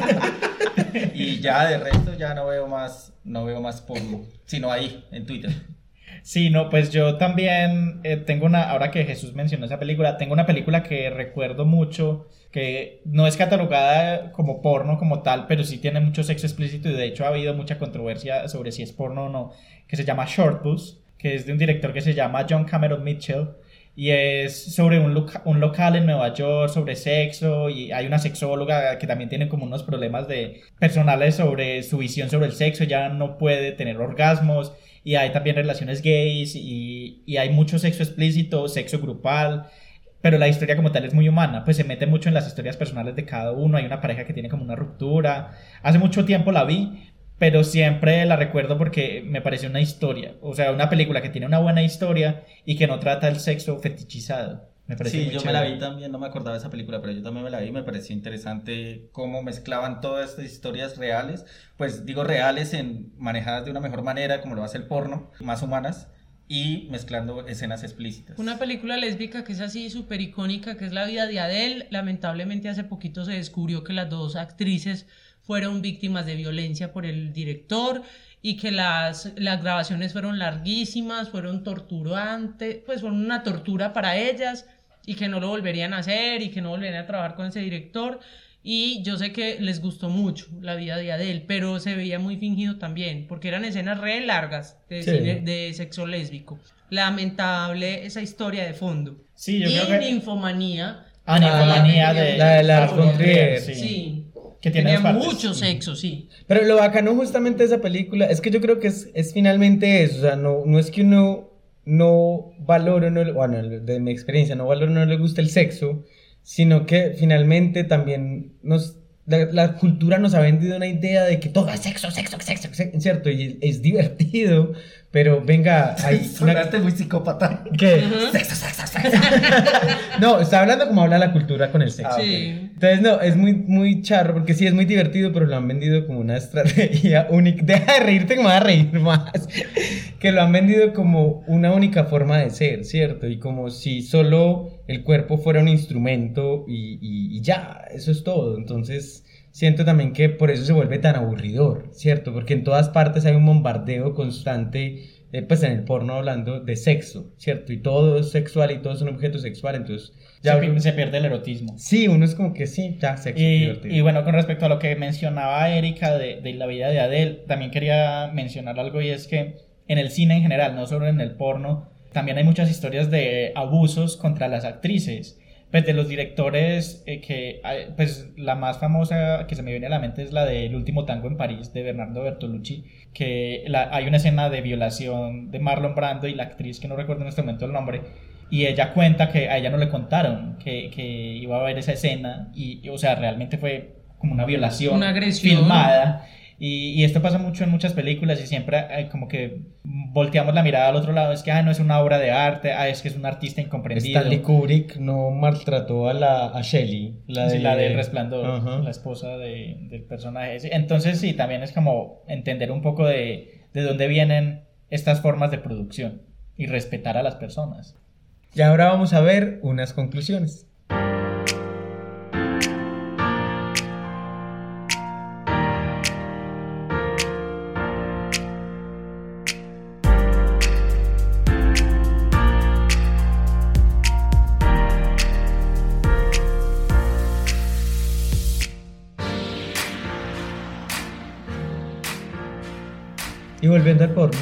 [SPEAKER 5] Y ya de resto ya no veo más porno, sino ahí, en Twitter.
[SPEAKER 4] Sí, no, pues yo también tengo ahora que Jesús mencionó esa película, tengo una película que recuerdo mucho, que no es catalogada como porno como tal, pero sí tiene mucho sexo explícito y de hecho ha habido mucha controversia sobre si es porno o no, que se llama Shortbus, que es de un director que se llama John Cameron Mitchell y es sobre un local en Nueva York, sobre sexo, y hay una sexóloga que también tiene como unos problemas personales sobre su visión sobre el sexo, ya no puede tener orgasmos, y hay también relaciones gays, y hay mucho sexo explícito, sexo grupal, pero la historia como tal es muy humana, pues se mete mucho en las historias personales de cada uno, hay una pareja que tiene como una ruptura, hace mucho tiempo la vi, pero siempre la recuerdo porque me pareció una historia, o sea, una película que tiene una buena historia y que no trata el sexo fetichizado. Me parece
[SPEAKER 5] Sí,
[SPEAKER 4] muy
[SPEAKER 5] yo
[SPEAKER 4] chévere.
[SPEAKER 5] me la vi también, no me acordaba de esa película, pero yo también me la vi y me pareció interesante cómo mezclaban todas estas historias reales, pues digo reales manejadas de una mejor manera, como lo hace el porno, más humanas, y mezclando escenas explícitas.
[SPEAKER 1] Una película lésbica que es así súper icónica, que es La vida de Adele. Lamentablemente hace poquito se descubrió que las dos actrices fueron víctimas de violencia por el director y que las grabaciones fueron larguísimas, fueron torturantes, pues fueron una tortura para ellas y que no lo volverían a hacer y que no volverían a trabajar con ese director. Y yo sé que les gustó mucho La vida de Adele, pero se veía muy fingido también, porque eran escenas re largas de,
[SPEAKER 3] Sí.
[SPEAKER 1] de sexo lésbico. Lamentable esa historia de fondo.
[SPEAKER 4] Sí, yo
[SPEAKER 1] Y
[SPEAKER 4] creo que...
[SPEAKER 1] Ninfomanía.
[SPEAKER 4] Ninfomanía de...
[SPEAKER 3] La de Lars von Trier.
[SPEAKER 1] Sí.
[SPEAKER 4] Que tiene
[SPEAKER 1] Tenía
[SPEAKER 4] dos partes.
[SPEAKER 1] mucho sexo, sí.
[SPEAKER 3] Pero lo bacano justamente de esa película es que yo creo que es finalmente eso, o sea, no es que uno no valore, bueno, de mi experiencia, no valore, no le gusta el sexo, sino que finalmente también la cultura nos ha vendido una idea de que todo es sexo, ¿cierto? Y es divertido, pero venga, hay
[SPEAKER 2] Sonaste muy psicópata.
[SPEAKER 3] ¿Qué?
[SPEAKER 2] Sexo.
[SPEAKER 3] No, está hablando como habla la cultura con el sexo.
[SPEAKER 2] Ah, ok.
[SPEAKER 1] Sí.
[SPEAKER 3] Entonces, no, es muy charro, porque sí es muy divertido, pero lo han vendido como una estrategia única. Deja de reírte que me vas a reír más. Que lo han vendido como una única forma de ser, ¿cierto? Y como si solo el cuerpo fuera un instrumento y ya, eso es todo. Entonces, siento también que por eso se vuelve tan aburridor, ¿cierto? Porque en todas partes hay un bombardeo constante, pues en el porno hablando de sexo, ¿cierto? Y todo es sexual y todo es un objeto sexual, entonces...
[SPEAKER 4] Se pierde el erotismo.
[SPEAKER 3] Sí, uno es como que sí, ya, sexo, divertido.
[SPEAKER 4] Y bueno, con respecto a lo que mencionaba Erika de la vida de Adele, también quería mencionar algo, y es que en el cine en general, no solo en el porno, también hay muchas historias de abusos contra las actrices. Pues de los directores, pues la más famosa que se me viene a la mente es la de El último tango en París, de Bernardo Bertolucci, que hay una escena de violación de Marlon Brando y la actriz, que no recuerdo en este momento el nombre, y ella cuenta que a ella no le contaron que iba a haber esa escena, y o sea, realmente fue como una violación,
[SPEAKER 1] Una agresión
[SPEAKER 4] filmada. Y esto pasa mucho en muchas películas, y siempre como que volteamos la mirada al otro lado, es que no es una obra de arte, es que es un artista incomprendido.
[SPEAKER 3] Stanley Kubrick no maltrató a Shelley,
[SPEAKER 4] la del Resplandor,
[SPEAKER 3] Ajá.
[SPEAKER 4] la esposa del personaje ese. Entonces sí, también es como entender un poco de dónde vienen estas formas de producción y respetar a las personas.
[SPEAKER 3] Y ahora vamos a ver unas conclusiones. Y volviendo al porno.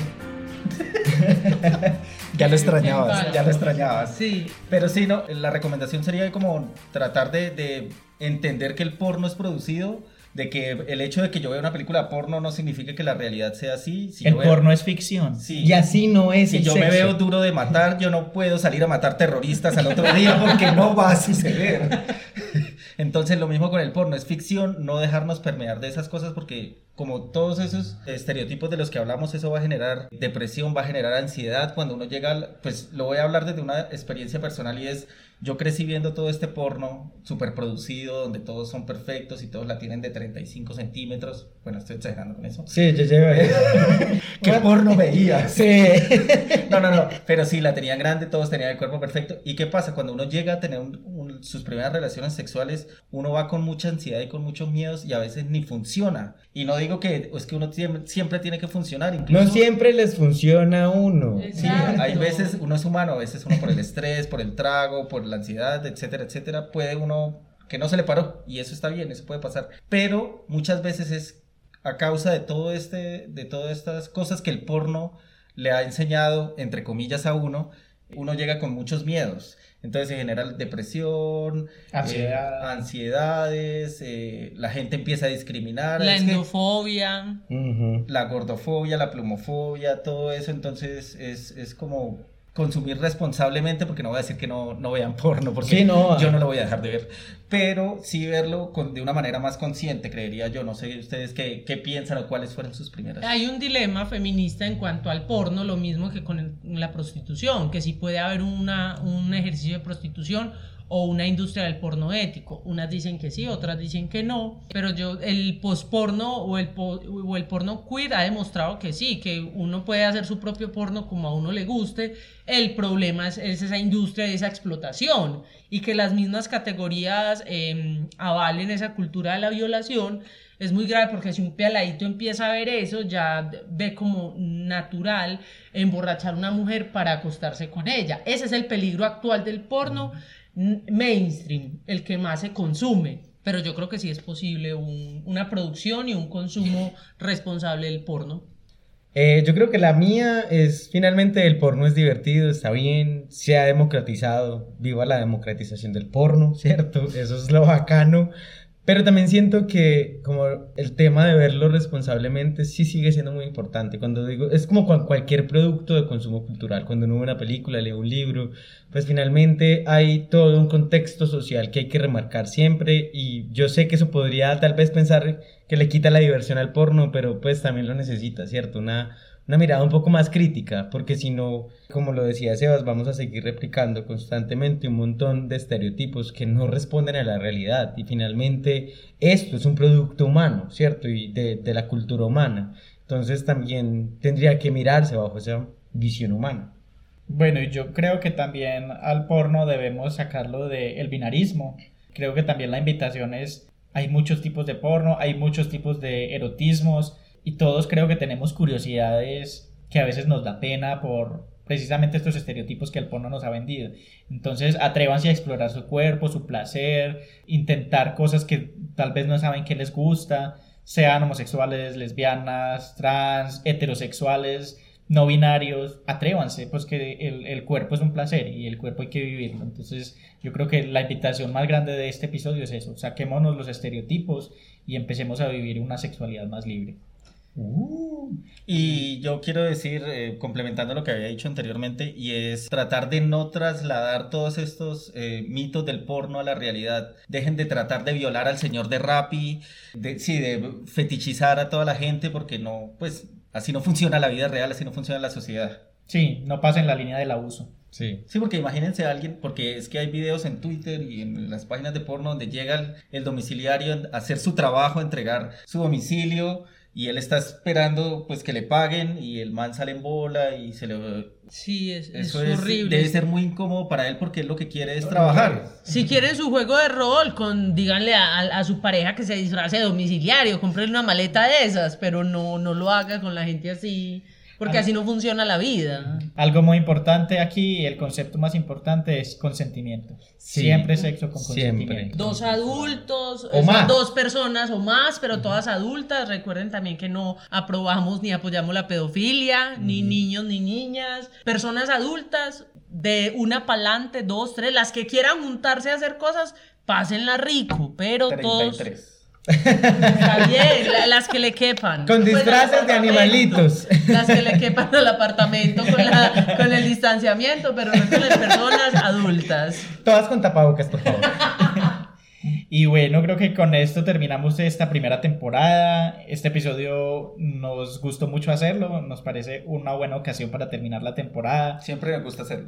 [SPEAKER 2] Ya lo extrañabas,
[SPEAKER 1] Vale.
[SPEAKER 2] ya lo extrañabas.
[SPEAKER 1] Sí.
[SPEAKER 5] Pero sí, no, la recomendación sería como tratar de entender que el porno es producido, de que el hecho de que yo vea una película porno no significa que la realidad sea así. Si
[SPEAKER 4] El
[SPEAKER 5] yo veo-
[SPEAKER 4] porno es ficción.
[SPEAKER 5] Sí.
[SPEAKER 3] Y así no es
[SPEAKER 5] Si
[SPEAKER 3] el
[SPEAKER 5] yo
[SPEAKER 3] sexo.
[SPEAKER 5] me veo duro de matar, yo no puedo salir a matar terroristas al otro día
[SPEAKER 2] Porque no va a suceder.
[SPEAKER 5] Entonces lo mismo con el porno, es ficción, no dejarnos permear de esas cosas, porque como todos esos estereotipos de los que hablamos, eso va a generar depresión, va a generar ansiedad cuando uno llega, pues lo voy a hablar desde una experiencia personal, y es, yo crecí viendo todo este porno súper producido, donde todos son perfectos y todos la tienen de 35 centímetros, bueno, estoy exagerando con eso.
[SPEAKER 3] Sí, yo llevo ahí.
[SPEAKER 2] ¿Qué porno veías?
[SPEAKER 3] Sí.
[SPEAKER 5] No, pero sí, la tenían grande, todos tenían el cuerpo perfecto. ¿Y qué pasa? Cuando uno llega a tener sus primeras relaciones sexuales, uno va con mucha ansiedad y con muchos miedos, y a veces ni funciona. Y no digo que es que uno siempre tiene que funcionar, incluso...
[SPEAKER 3] No siempre les funciona a uno.
[SPEAKER 5] Sí,
[SPEAKER 1] Exacto.
[SPEAKER 5] hay veces uno es humano, a veces uno por el estrés, por el trago, por la ansiedad, etcétera, etcétera, puede uno que no se le paró, y eso está bien, eso puede pasar. Pero muchas veces es a causa de todas estas cosas que el porno le ha enseñado, entre comillas, a uno llega con muchos miedos. Entonces se genera depresión,
[SPEAKER 4] Ansiedad.
[SPEAKER 5] ansiedades, la gente empieza a discriminar.
[SPEAKER 1] La
[SPEAKER 5] Es que
[SPEAKER 1] endofobia.
[SPEAKER 3] Ujú.
[SPEAKER 5] la gordofobia, la plumofobia, todo eso, entonces es como consumir responsablemente, porque no voy a decir que no vean porno, porque
[SPEAKER 3] Sí, no.
[SPEAKER 5] yo no lo voy a dejar de ver, pero sí verlo de una manera más consciente, creería yo. No sé ustedes qué piensan o cuáles fueron sus primeras.
[SPEAKER 1] Hay un dilema feminista en cuanto al porno, lo mismo que con la prostitución, que si puede haber un ejercicio de prostitución o una industria del porno ético. Unas dicen que sí, otras dicen que no, pero el posporno o el porno queer ha demostrado que sí, que uno puede hacer su propio porno como a uno le guste. El problema es esa industria y esa explotación, y que las mismas categorías avalen esa cultura de la violación. Es muy grave, porque si un peladito empieza a ver eso, ya ve como natural emborrachar a una mujer para acostarse con ella. Ese es el peligro actual del porno mainstream, el que más se consume. Pero yo creo que sí es posible una producción y un consumo responsable del porno.
[SPEAKER 3] Yo creo que la mía es, finalmente, el porno es divertido, está bien, se ha democratizado, viva la democratización del porno, ¿cierto? Eso es lo bacano. Pero también siento que como el tema de verlo responsablemente sí sigue siendo muy importante. Cuando digo, es como cualquier producto de consumo cultural. Cuando uno ve una película, lee un libro, pues finalmente hay todo un contexto social que hay que remarcar siempre. Y yo sé que eso podría tal vez pensar que le quita la diversión al porno, pero pues también lo necesita, ¿cierto? Una mirada un poco más crítica, porque si no, como lo decía Sebas, vamos a seguir replicando constantemente un montón de estereotipos que no responden a la realidad, y finalmente esto es un producto humano, ¿cierto? Y de la cultura humana, entonces también tendría que mirarse bajo esa visión humana.
[SPEAKER 4] Bueno, y yo creo que también al porno debemos sacarlo del binarismo. Creo que también la invitación es, hay muchos tipos de porno, hay muchos tipos de erotismos, y todos creo que tenemos curiosidades que a veces nos da pena por precisamente estos estereotipos que el porno nos ha vendido. Entonces, atrévanse a explorar su cuerpo, su placer, intentar cosas que tal vez no saben que les gusta, sean homosexuales, lesbianas, trans, heterosexuales, no binarios. Atrévanse, pues que el cuerpo es un placer y el cuerpo hay que vivirlo. Entonces, yo creo que la invitación más grande de este episodio es eso: saquémonos los estereotipos y empecemos a vivir una sexualidad más libre.
[SPEAKER 5] Y yo quiero decir, complementando lo que había dicho anteriormente, y es tratar de no trasladar todos estos mitos del porno a la realidad. Dejen de tratar de violar al señor de Rappi, de fetichizar a toda la gente, porque no, pues así no funciona la vida real, así no funciona la sociedad.
[SPEAKER 4] Sí, no pasen la línea del abuso.
[SPEAKER 3] Sí,
[SPEAKER 5] porque imagínense a alguien, porque es que hay videos en Twitter y en las páginas de porno donde llega el domiciliario a hacer su trabajo, a entregar su domicilio, y él está esperando pues que le paguen, y el man sale en bola y se le...
[SPEAKER 1] Sí, es
[SPEAKER 5] horrible. Debe ser muy incómodo para él, porque él lo que quiere es trabajar.
[SPEAKER 1] Si quieren su juego de rol, díganle a su pareja que se disfrace de domiciliario, cómprenle una maleta de esas, pero no lo haga con la gente así, porque así no funciona la vida.
[SPEAKER 4] Algo muy importante aquí, el concepto más importante es consentimiento. Sí, siempre sexo con consentimiento.
[SPEAKER 1] Dos adultos, o más. Dos personas o más, pero todas adultas. Recuerden también que no aprobamos ni apoyamos la pedofilia, ni niños ni niñas. Personas adultas, de una pa'lante, 2, 3, las que quieran juntarse a hacer cosas, pásenla rico, pero 33. Todos... Está bien, las que le quepan.
[SPEAKER 3] Con disfraces de animalitos.
[SPEAKER 1] Las que le quepan al apartamento con el distanciamiento, pero no con las personas adultas.
[SPEAKER 3] Todas con tapabocas, por favor.
[SPEAKER 4] Y bueno, creo que con esto terminamos esta primera temporada. Este episodio nos gustó mucho hacerlo. Nos parece una buena ocasión para terminar la temporada.
[SPEAKER 5] Siempre me gusta hacerlo.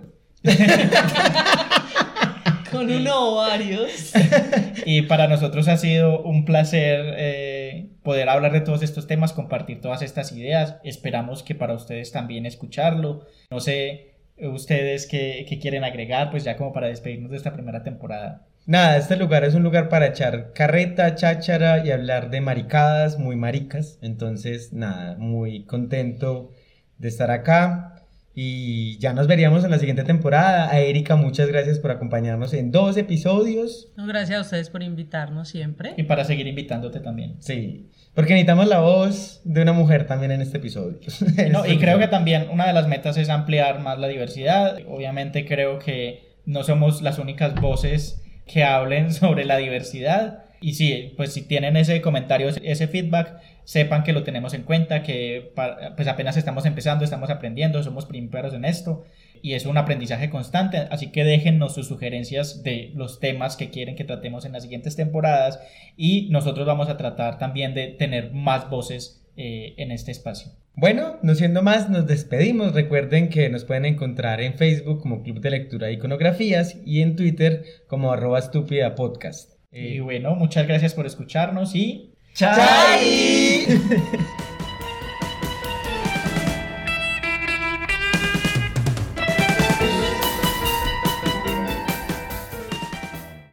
[SPEAKER 1] Con uno o varios.
[SPEAKER 4] Y para nosotros ha sido un placer poder hablar de todos estos temas, compartir todas estas ideas. Esperamos que para ustedes también escucharlo. No sé, ustedes qué quieren agregar, pues ya como para despedirnos de esta primera temporada.
[SPEAKER 3] Nada, este lugar es un lugar para echar carreta, cháchara y hablar de maricadas, muy maricas. Entonces, nada, muy contento de estar acá. Y ya nos veríamos en la siguiente temporada. A Erika, muchas gracias por acompañarnos en 2 episodios.
[SPEAKER 1] No, gracias a ustedes por invitarnos siempre.
[SPEAKER 4] Y para seguir invitándote también.
[SPEAKER 3] Sí, porque necesitamos la voz de una mujer también en este episodio.
[SPEAKER 4] Y creo que también una de las metas es ampliar más la diversidad. Obviamente creo que no somos las únicas voces que hablen sobre la diversidad. Y sí, pues si tienen ese comentario, ese feedback, sepan que lo tenemos en cuenta, que pues apenas estamos empezando, estamos aprendiendo, somos primeros en esto y es un aprendizaje constante, así que déjennos sus sugerencias de los temas que quieren que tratemos en las siguientes temporadas, y nosotros vamos a tratar también de tener más voces en este espacio.
[SPEAKER 3] Bueno, no siendo más, nos despedimos. Recuerden que nos pueden encontrar en Facebook como Club de Lectura e Iconografías y en Twitter como @estúpidapodcast.
[SPEAKER 4] Y bueno, muchas gracias por escucharnos y...
[SPEAKER 5] ¡Chai!